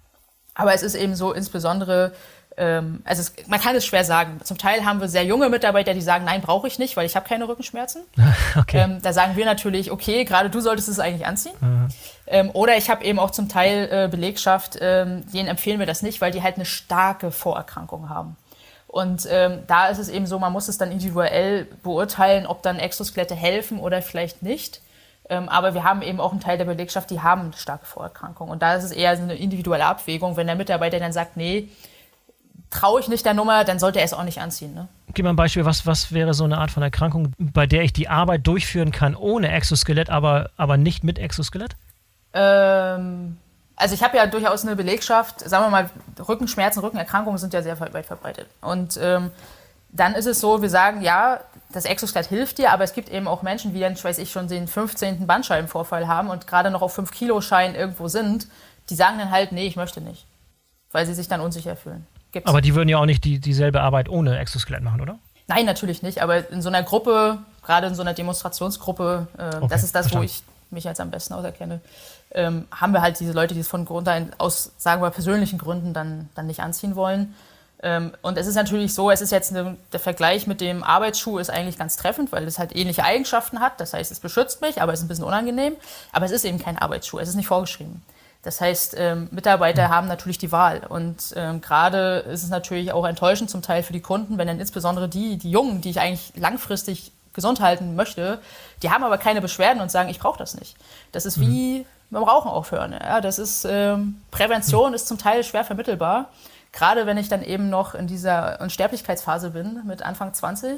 Aber es ist eben so, insbesondere, ähm, also es, man kann es schwer sagen. Zum Teil haben wir sehr junge Mitarbeiter, die sagen, nein, brauche ich nicht, weil ich habe keine Rückenschmerzen. Okay. Ähm, da sagen wir natürlich, okay, gerade du solltest es eigentlich anziehen. Mhm. Ähm, oder ich habe eben auch zum Teil äh, Belegschaft, ähm, denen empfehlen wir das nicht, weil die halt eine starke Vorerkrankung haben. Und ähm, da ist es eben so, man muss es dann individuell beurteilen, ob dann Exoskelette helfen oder vielleicht nicht. Ähm, aber wir haben eben auch einen Teil der Belegschaft, die haben eine starke Vorerkrankung. Und da ist es eher so eine individuelle Abwägung. Wenn der Mitarbeiter dann sagt, nee, traue ich nicht der Nummer, dann sollte er es auch nicht anziehen. Ne? Gib mal ein Beispiel, was, was wäre so eine Art von Erkrankung, bei der ich die Arbeit durchführen kann ohne Exoskelett, aber, aber nicht mit Exoskelett? Ähm, also ich habe ja durchaus eine Belegschaft, sagen wir mal, Rückenschmerzen, Rückenerkrankungen sind ja sehr weit verbreitet. Und ähm, dann ist es so, wir sagen, ja, das Exoskelett hilft dir, aber es gibt eben auch Menschen, die dann, weiß ich, schon den fünfzehnten Bandscheibenvorfall haben und gerade noch auf fünf Kilo Schein irgendwo sind, die sagen dann halt, nee, ich möchte nicht, weil sie sich dann unsicher fühlen. Gibt's. Aber die würden ja auch nicht die, dieselbe Arbeit ohne Exoskelett machen, oder? Nein, natürlich nicht, aber in so einer Gruppe, gerade in so einer Demonstrationsgruppe, äh, okay, das ist das, verstanden. Wo ich mich jetzt am besten auserkenne, ähm, haben wir halt diese Leute, die es von Grund ein, aus, sagen wir, persönlichen Gründen dann, dann nicht anziehen wollen. Ähm, und es ist natürlich so, es ist jetzt eine, der Vergleich mit dem Arbeitsschuh ist eigentlich ganz treffend, weil es halt ähnliche Eigenschaften hat. Das heißt, es beschützt mich, aber es ist ein bisschen unangenehm. Aber es ist eben kein Arbeitsschuh, es ist nicht vorgeschrieben. Das heißt, ähm, Mitarbeiter haben natürlich die Wahl. Und ähm, gerade ist es natürlich auch enttäuschend zum Teil für die Kunden, wenn dann insbesondere die, die Jungen, die ich eigentlich langfristig gesund halten möchte, die haben aber keine Beschwerden und sagen, ich brauche das nicht. Das ist wie beim Rauchen aufhören. Ja? Das ist, ähm, Prävention ist zum Teil schwer vermittelbar. Gerade wenn ich dann eben noch in dieser Unsterblichkeitsphase bin, mit Anfang zwanzig,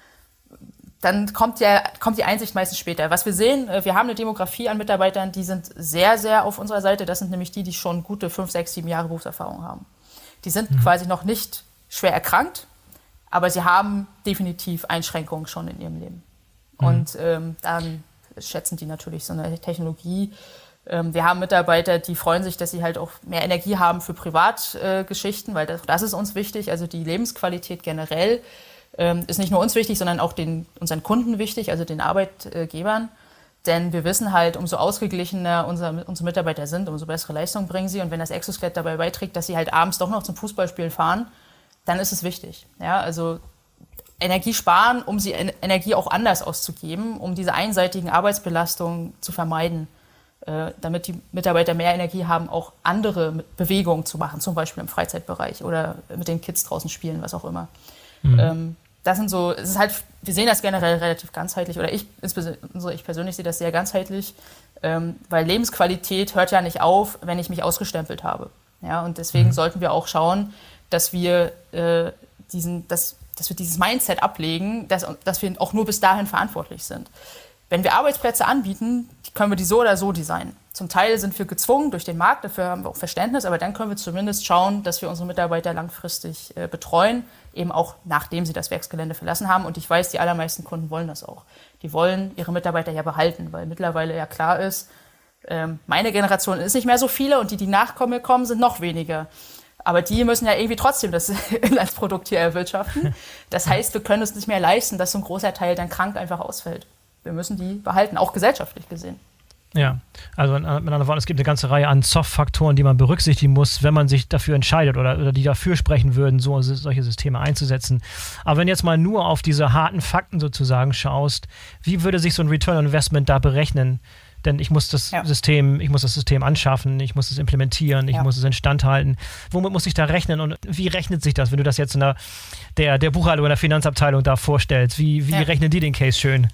dann kommt, ja, kommt die Einsicht meistens später. Was wir sehen, wir haben eine Demografie an Mitarbeitern, die sind sehr, sehr auf unserer Seite. Das sind nämlich die, die schon gute fünf, sechs, sieben Jahre Berufserfahrung haben. Die sind mhm. quasi noch nicht schwer erkrankt, aber sie haben definitiv Einschränkungen schon in ihrem Leben. Mhm. Und ähm, dann schätzen die natürlich so eine Technologie. Ähm, wir haben Mitarbeiter, die freuen sich, dass sie halt auch mehr Energie haben für Privatgeschichten, äh, weil das, das ist uns wichtig. Also die Lebensqualität generell ähm, ist nicht nur uns wichtig, sondern auch den, unseren Kunden wichtig, also den Arbeitgebern. Denn wir wissen halt, umso ausgeglichener unsere, unsere Mitarbeiter sind, umso bessere Leistung bringen sie. Und wenn das Exoskelett dabei beiträgt, dass sie halt abends doch noch zum Fußballspielen fahren, dann ist es wichtig. Ja, also Energie sparen, um sie Energie auch anders auszugeben, um diese einseitigen Arbeitsbelastungen zu vermeiden, äh, damit die Mitarbeiter mehr Energie haben, auch andere Bewegungen zu machen, zum Beispiel im Freizeitbereich oder mit den Kids draußen spielen, was auch immer. Mhm. Ähm, das sind so, es ist halt, wir sehen das generell relativ ganzheitlich, oder ich, insbesondere ich persönlich sehe das sehr ganzheitlich, ähm, weil Lebensqualität hört ja nicht auf, wenn ich mich ausgestempelt habe. Ja, und deswegen mhm. sollten wir auch schauen, dass wir äh, diesen, dass, dass wir dieses Mindset ablegen, dass, dass wir auch nur bis dahin verantwortlich sind. Wenn wir Arbeitsplätze anbieten, können wir die so oder so designen. Zum Teil sind wir gezwungen durch den Markt, dafür haben wir auch Verständnis, aber dann können wir zumindest schauen, dass wir unsere Mitarbeiter langfristig äh, betreuen, eben auch nachdem sie das Werksgelände verlassen haben. Und ich weiß, die allermeisten Kunden wollen das auch. Die wollen ihre Mitarbeiter ja behalten, weil mittlerweile ja klar ist, ähm, meine Generation ist nicht mehr so viele und die, die nachkommen, kommen, sind noch weniger. Aber die müssen ja irgendwie trotzdem das Inlandsprodukt hier erwirtschaften. Das heißt, wir können es nicht mehr leisten, dass so ein großer Teil dann krank einfach ausfällt. Wir müssen die behalten, auch gesellschaftlich gesehen. Ja, also mit anderen Worten, es gibt eine ganze Reihe an Soft-Faktoren, die man berücksichtigen muss, wenn man sich dafür entscheidet oder, oder die dafür sprechen würden, so solche Systeme einzusetzen. Aber wenn du jetzt mal nur auf diese harten Fakten sozusagen schaust, wie würde sich so ein Return on Investment da berechnen? Denn ich muss das ja. System, ich muss das System anschaffen, ich muss es implementieren, ich ja. muss es instand halten. Womit muss ich da rechnen und wie rechnet sich das, wenn du das jetzt in der, der, der Buchhaltung oder der Finanzabteilung da vorstellst? Wie, wie ja. rechnen die den Case schön?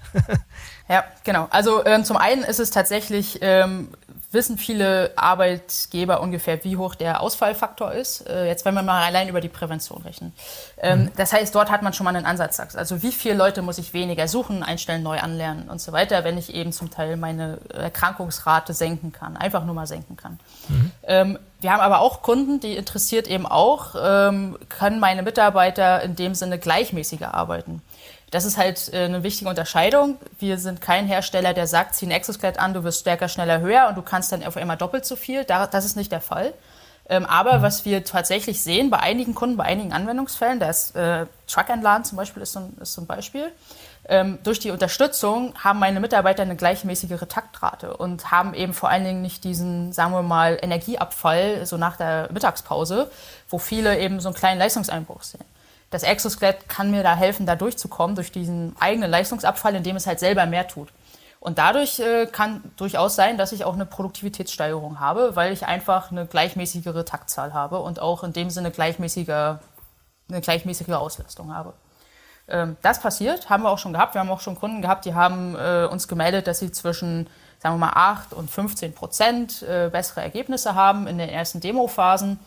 Ja, genau. Also ähm, zum einen ist es tatsächlich, ähm, wissen viele Arbeitgeber ungefähr, wie hoch der Ausfallfaktor ist. Äh, jetzt, wenn wir mal allein über die Prävention rechnen. Ähm, mhm. Das heißt, dort hat man schon mal einen Ansatz. Also wie viele Leute muss ich weniger suchen, einstellen, neu anlernen und so weiter, wenn ich eben zum Teil meine Erkrankungsrate senken kann, einfach nur mal senken kann. Mhm. Ähm, wir haben aber auch Kunden, die interessiert eben auch, ähm, können meine Mitarbeiter in dem Sinne gleichmäßiger arbeiten. Das ist halt äh, eine wichtige Unterscheidung. Wir sind kein Hersteller, der sagt, zieh ein Exoskelett an, du wirst stärker, schneller, höher und du kannst dann auf einmal doppelt so viel. Da, das ist nicht der Fall. Ähm, aber mhm. was wir tatsächlich sehen bei einigen Kunden, bei einigen Anwendungsfällen, da ist äh, Truck and Laden zum Beispiel ist so ein, ist so ein Beispiel, ähm, durch die Unterstützung haben meine Mitarbeiter eine gleichmäßigere Taktrate und haben eben vor allen Dingen nicht diesen, sagen wir mal, Energieabfall so nach der Mittagspause, wo viele eben so einen kleinen Leistungseinbruch sehen. Das Exoskelett kann mir da helfen, da durchzukommen, durch diesen eigenen Leistungsabfall, indem es halt selber mehr tut. Und dadurch äh, kann durchaus sein, dass ich auch eine Produktivitätssteigerung habe, weil ich einfach eine gleichmäßigere Taktzahl habe und auch in dem Sinne gleichmäßiger, eine gleichmäßige Auslastung habe. Ähm, das passiert, haben wir auch schon gehabt. Wir haben auch schon Kunden gehabt, die haben äh, uns gemeldet, dass sie zwischen, sagen wir mal, acht und fünfzehn Prozent äh, bessere Ergebnisse haben in den ersten Demophasen.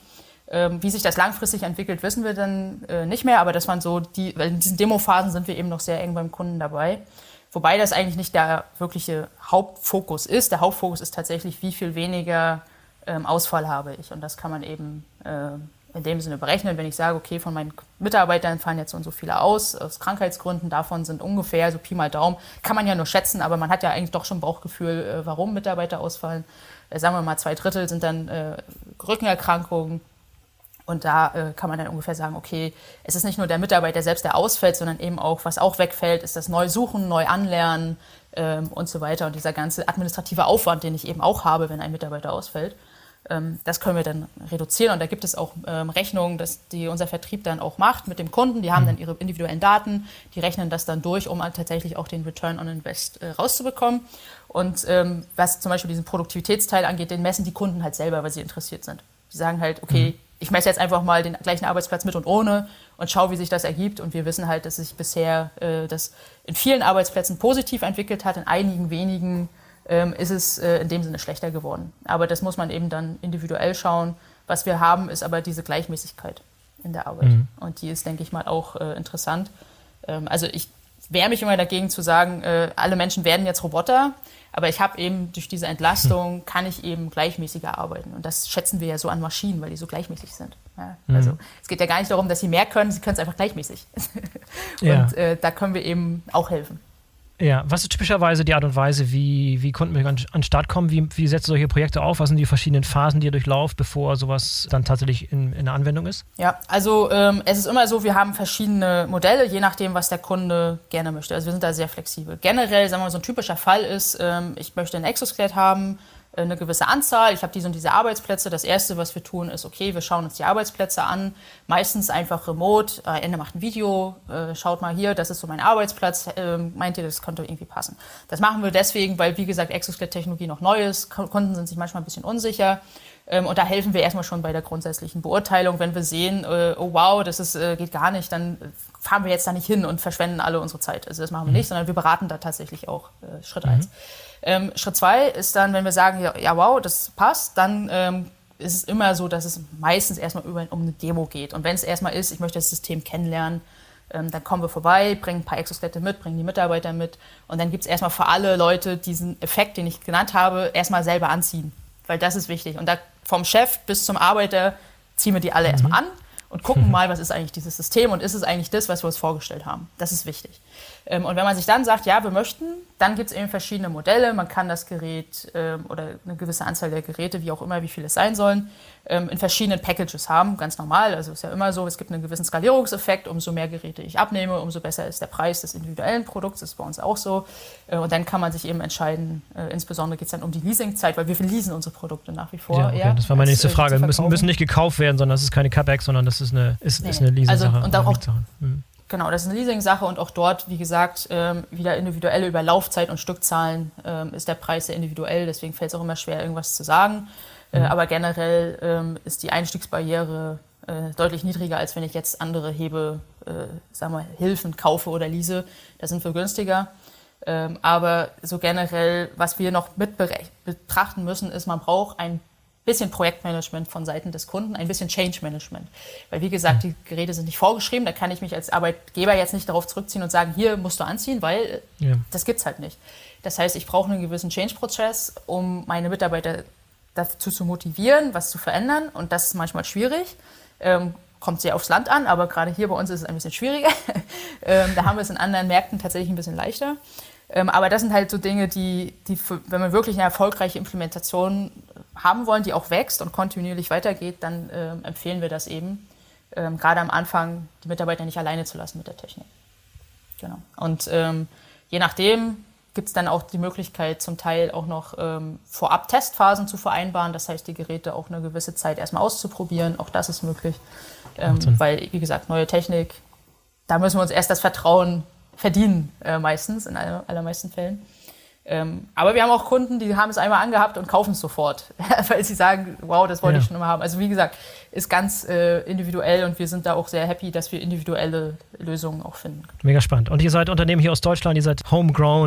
Ähm, wie sich das langfristig entwickelt, wissen wir dann äh, nicht mehr, aber das waren so die, weil in diesen Demophasen sind wir eben noch sehr eng beim Kunden dabei. Wobei das eigentlich nicht der wirkliche Hauptfokus ist. Der Hauptfokus ist tatsächlich, wie viel weniger ähm, Ausfall habe ich. Und das kann man eben äh, in dem Sinne berechnen, wenn ich sage, okay, von meinen Mitarbeitern fallen jetzt so und so viele aus, aus Krankheitsgründen, davon sind ungefähr, so Pi mal Daumen, kann man ja nur schätzen, aber man hat ja eigentlich doch schon ein Bauchgefühl, äh, warum Mitarbeiter ausfallen. Äh, sagen wir mal, zwei Drittel sind dann äh, Rückenerkrankungen. Und da äh, kann man dann ungefähr sagen, okay, es ist nicht nur der Mitarbeiter selbst, der ausfällt, sondern eben auch, was auch wegfällt, ist das Neusuchen, Neu-Anlernen ähm, und so weiter. Und dieser ganze administrative Aufwand, den ich eben auch habe, wenn ein Mitarbeiter ausfällt, ähm, das können wir dann reduzieren. Und da gibt es auch ähm, Rechnungen, dass die unser Vertrieb dann auch macht mit dem Kunden. Die haben dann ihre individuellen Daten, die rechnen das dann durch, um tatsächlich auch den Return on Invest äh, rauszubekommen. Und ähm, was zum Beispiel diesen Produktivitätsteil angeht, den messen die Kunden halt selber, weil sie interessiert sind. Die sagen halt, okay, mhm. ich messe jetzt einfach mal den gleichen Arbeitsplatz mit und ohne und schaue, wie sich das ergibt. Und wir wissen halt, dass sich bisher äh, das in vielen Arbeitsplätzen positiv entwickelt hat, in einigen wenigen ähm, ist es äh, in dem Sinne schlechter geworden. Aber das muss man eben dann individuell schauen. Was wir haben, ist aber diese Gleichmäßigkeit in der Arbeit. Mhm. Und die ist, denke ich mal, auch äh, interessant. Ähm, also ich wehre mich immer dagegen zu sagen, äh, alle Menschen werden jetzt Roboter. Aber ich habe eben durch diese Entlastung, kann ich eben gleichmäßiger arbeiten. Und das schätzen wir ja so an Maschinen, weil die so gleichmäßig sind. Ja, also mhm. es geht ja gar nicht darum, dass sie mehr können, sie können es einfach gleichmäßig. Und ja. äh, da können wir eben auch helfen. Ja, was ist typischerweise die Art und Weise, wie, wie Kunden an, an den Start kommen? Wie, wie setzt ihr solche Projekte auf? Was sind die verschiedenen Phasen, die ihr durchlauft, bevor sowas dann tatsächlich in, in der Anwendung ist? Ja, also ähm, es ist immer so, wir haben verschiedene Modelle, je nachdem, was der Kunde gerne möchte. Also wir sind da sehr flexibel. Generell, sagen wir mal, so ein typischer Fall ist, ähm, ich möchte ein Exoskelett haben, eine gewisse Anzahl, ich habe diese und diese Arbeitsplätze. Das Erste, was wir tun, ist, okay, wir schauen uns die Arbeitsplätze an, meistens einfach remote, äh, Ende macht ein Video, äh, schaut mal hier, das ist so mein Arbeitsplatz, äh, meint ihr, das könnte irgendwie passen. Das machen wir deswegen, weil, wie gesagt, Exoskelett-Technologie noch neu ist, Kunden sind sich manchmal ein bisschen unsicher. Ähm, und da helfen wir erstmal schon bei der grundsätzlichen Beurteilung. Wenn wir sehen, äh, oh wow, das ist, äh, geht gar nicht, dann fahren wir jetzt da nicht hin und verschwenden alle unsere Zeit. Also das machen wir nicht, sondern wir beraten da tatsächlich auch äh, Schritt mhm. eins. Ähm, Schritt zwei ist dann, wenn wir sagen, ja, ja wow, das passt, dann ähm, ist es immer so, dass es meistens erstmal über, um eine Demo geht. Und wenn es erstmal ist, ich möchte das System kennenlernen, ähm, dann kommen wir vorbei, bringen ein paar Exoskelette mit, bringen die Mitarbeiter mit. Und dann gibt es erstmal für alle Leute diesen Effekt, den ich genannt habe, erstmal selber anziehen. Weil das ist wichtig. Und da vom Chef bis zum Arbeiter ziehen wir die alle mhm. erstmal an und gucken mal, was ist eigentlich dieses System und ist es eigentlich das, was wir uns vorgestellt haben. Das ist wichtig. Und wenn man sich dann sagt, ja, wir möchten, dann gibt es eben verschiedene Modelle. Man kann das Gerät ähm, oder eine gewisse Anzahl der Geräte, wie auch immer, wie viele es sein sollen, ähm, in verschiedenen Packages haben, ganz normal. Also ist ja immer so, es gibt einen gewissen Skalierungseffekt. Umso mehr Geräte ich abnehme, umso besser ist der Preis des individuellen Produkts. Das ist bei uns auch so. Äh, und dann kann man sich eben entscheiden, äh, insbesondere geht es dann um die Leasingzeit, weil wir leasen unsere Produkte nach wie vor. Ja, okay. eher, das war meine als, nächste äh, Frage. Müssen, müssen nicht gekauft werden, sondern das ist keine CapEx, sondern das ist eine, ist, nee, ist eine Leasing-Sache. Also, und auch, hm. Genau, das ist eine Leasing-Sache und auch dort, wie gesagt, ähm, wieder individuelle über Laufzeit und Stückzahlen ähm, ist der Preis sehr individuell, deswegen fällt es auch immer schwer, irgendwas zu sagen. Mhm. Äh, aber generell ähm, ist die Einstiegsbarriere äh, deutlich niedriger, als wenn ich jetzt andere Hebe, äh, sagen wir, Hilfen kaufe oder lease. Da sind wir günstiger. Ähm, aber so generell, was wir noch mit betrachten müssen, ist, man braucht ein bisschen Projektmanagement von Seiten des Kunden, ein bisschen Change Management. Weil wie gesagt, die Geräte sind nicht vorgeschrieben, da kann ich mich als Arbeitgeber jetzt nicht darauf zurückziehen und sagen, hier musst du anziehen, weil ja. das gibt's halt nicht. Das heißt, ich brauche einen gewissen Change-Prozess, um meine Mitarbeiter dazu zu motivieren, was zu verändern, und das ist manchmal schwierig. Ähm, kommt sehr aufs Land an, aber gerade hier bei uns ist es ein bisschen schwieriger. ähm, da haben wir es in anderen Märkten tatsächlich ein bisschen leichter. Ähm, aber das sind halt so Dinge, die, die für, wenn wir wirklich eine erfolgreiche Implementation haben wollen, die auch wächst und kontinuierlich weitergeht, dann ähm, empfehlen wir das eben, ähm, gerade am Anfang die Mitarbeiter nicht alleine zu lassen mit der Technik. Genau. Und ähm, je nachdem gibt es dann auch die Möglichkeit, zum Teil auch noch ähm, vorab Testphasen zu vereinbaren. Das heißt, die Geräte auch eine gewisse Zeit erstmal auszuprobieren. Auch das ist möglich. Ähm, weil, wie gesagt, neue Technik, da müssen wir uns erst das Vertrauen verdienen, äh, meistens, in aller, allermeisten Fällen. Ähm, aber wir haben auch Kunden, die haben es einmal angehabt und kaufen es sofort, weil sie sagen, wow, das wollte ja. ich schon immer haben. Also wie gesagt, ist ganz äh, individuell und wir sind da auch sehr happy, dass wir individuelle Lösungen auch finden. Mega spannend. Und ihr seid Unternehmen hier aus Deutschland, ihr seid homegrown.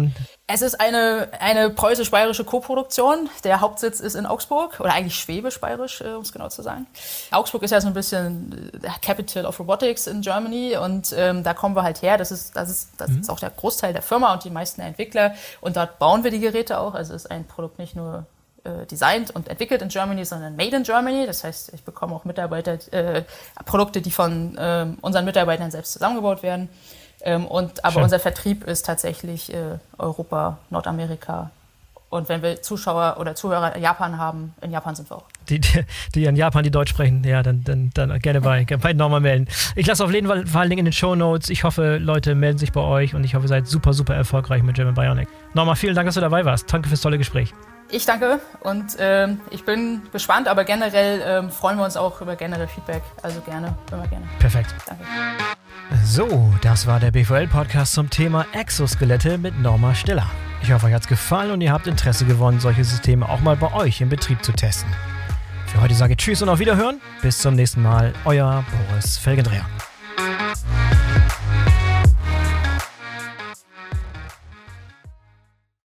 Es ist eine, eine preußisch-bayerische Koproduktion. Der Hauptsitz ist in Augsburg, oder eigentlich schwäbisch-bayerisch, um es genau zu sagen. Augsburg ist ja so ein bisschen Capital of Robotics in Germany und ähm, da kommen wir halt her. Das ist, das, ist, das mhm. ist auch der Großteil der Firma und die meisten Entwickler. Und dort bauen wir die Geräte auch. Also ist ein Produkt nicht nur äh, designt und entwickelt in Germany, sondern made in Germany. Das heißt, ich bekomme auch Mitarbeiter, äh, Produkte, die von äh, unseren Mitarbeitern selbst zusammengebaut werden. Ähm, und, aber Schön. Unser Vertrieb ist tatsächlich äh, Europa, Nordamerika. Und wenn wir Zuschauer oder Zuhörer in Japan haben, in Japan sind wir auch. Die, die, die in Japan, die Deutsch sprechen, ja, dann, dann, dann gerne bei, bei Norma melden. Ich lasse auf jeden Fall vor allen Dingen in den Shownotes. Ich hoffe, Leute melden sich bei euch und ich hoffe, ihr seid super, super erfolgreich mit German Bionic. Norma, vielen Dank, dass du dabei warst. Danke fürs tolle Gespräch. Ich danke und ähm, ich bin gespannt, aber generell ähm, freuen wir uns auch über generell Feedback. Also gerne, immer gerne. Perfekt. Danke. So, das war der B V L-Podcast zum Thema Exoskelette mit Norma Stiller. Ich hoffe, euch hat's gefallen und ihr habt Interesse gewonnen, solche Systeme auch mal bei euch im Betrieb zu testen. Für heute sage ich Tschüss und auf Wiederhören. Bis zum nächsten Mal. Euer Boris Felgendreher.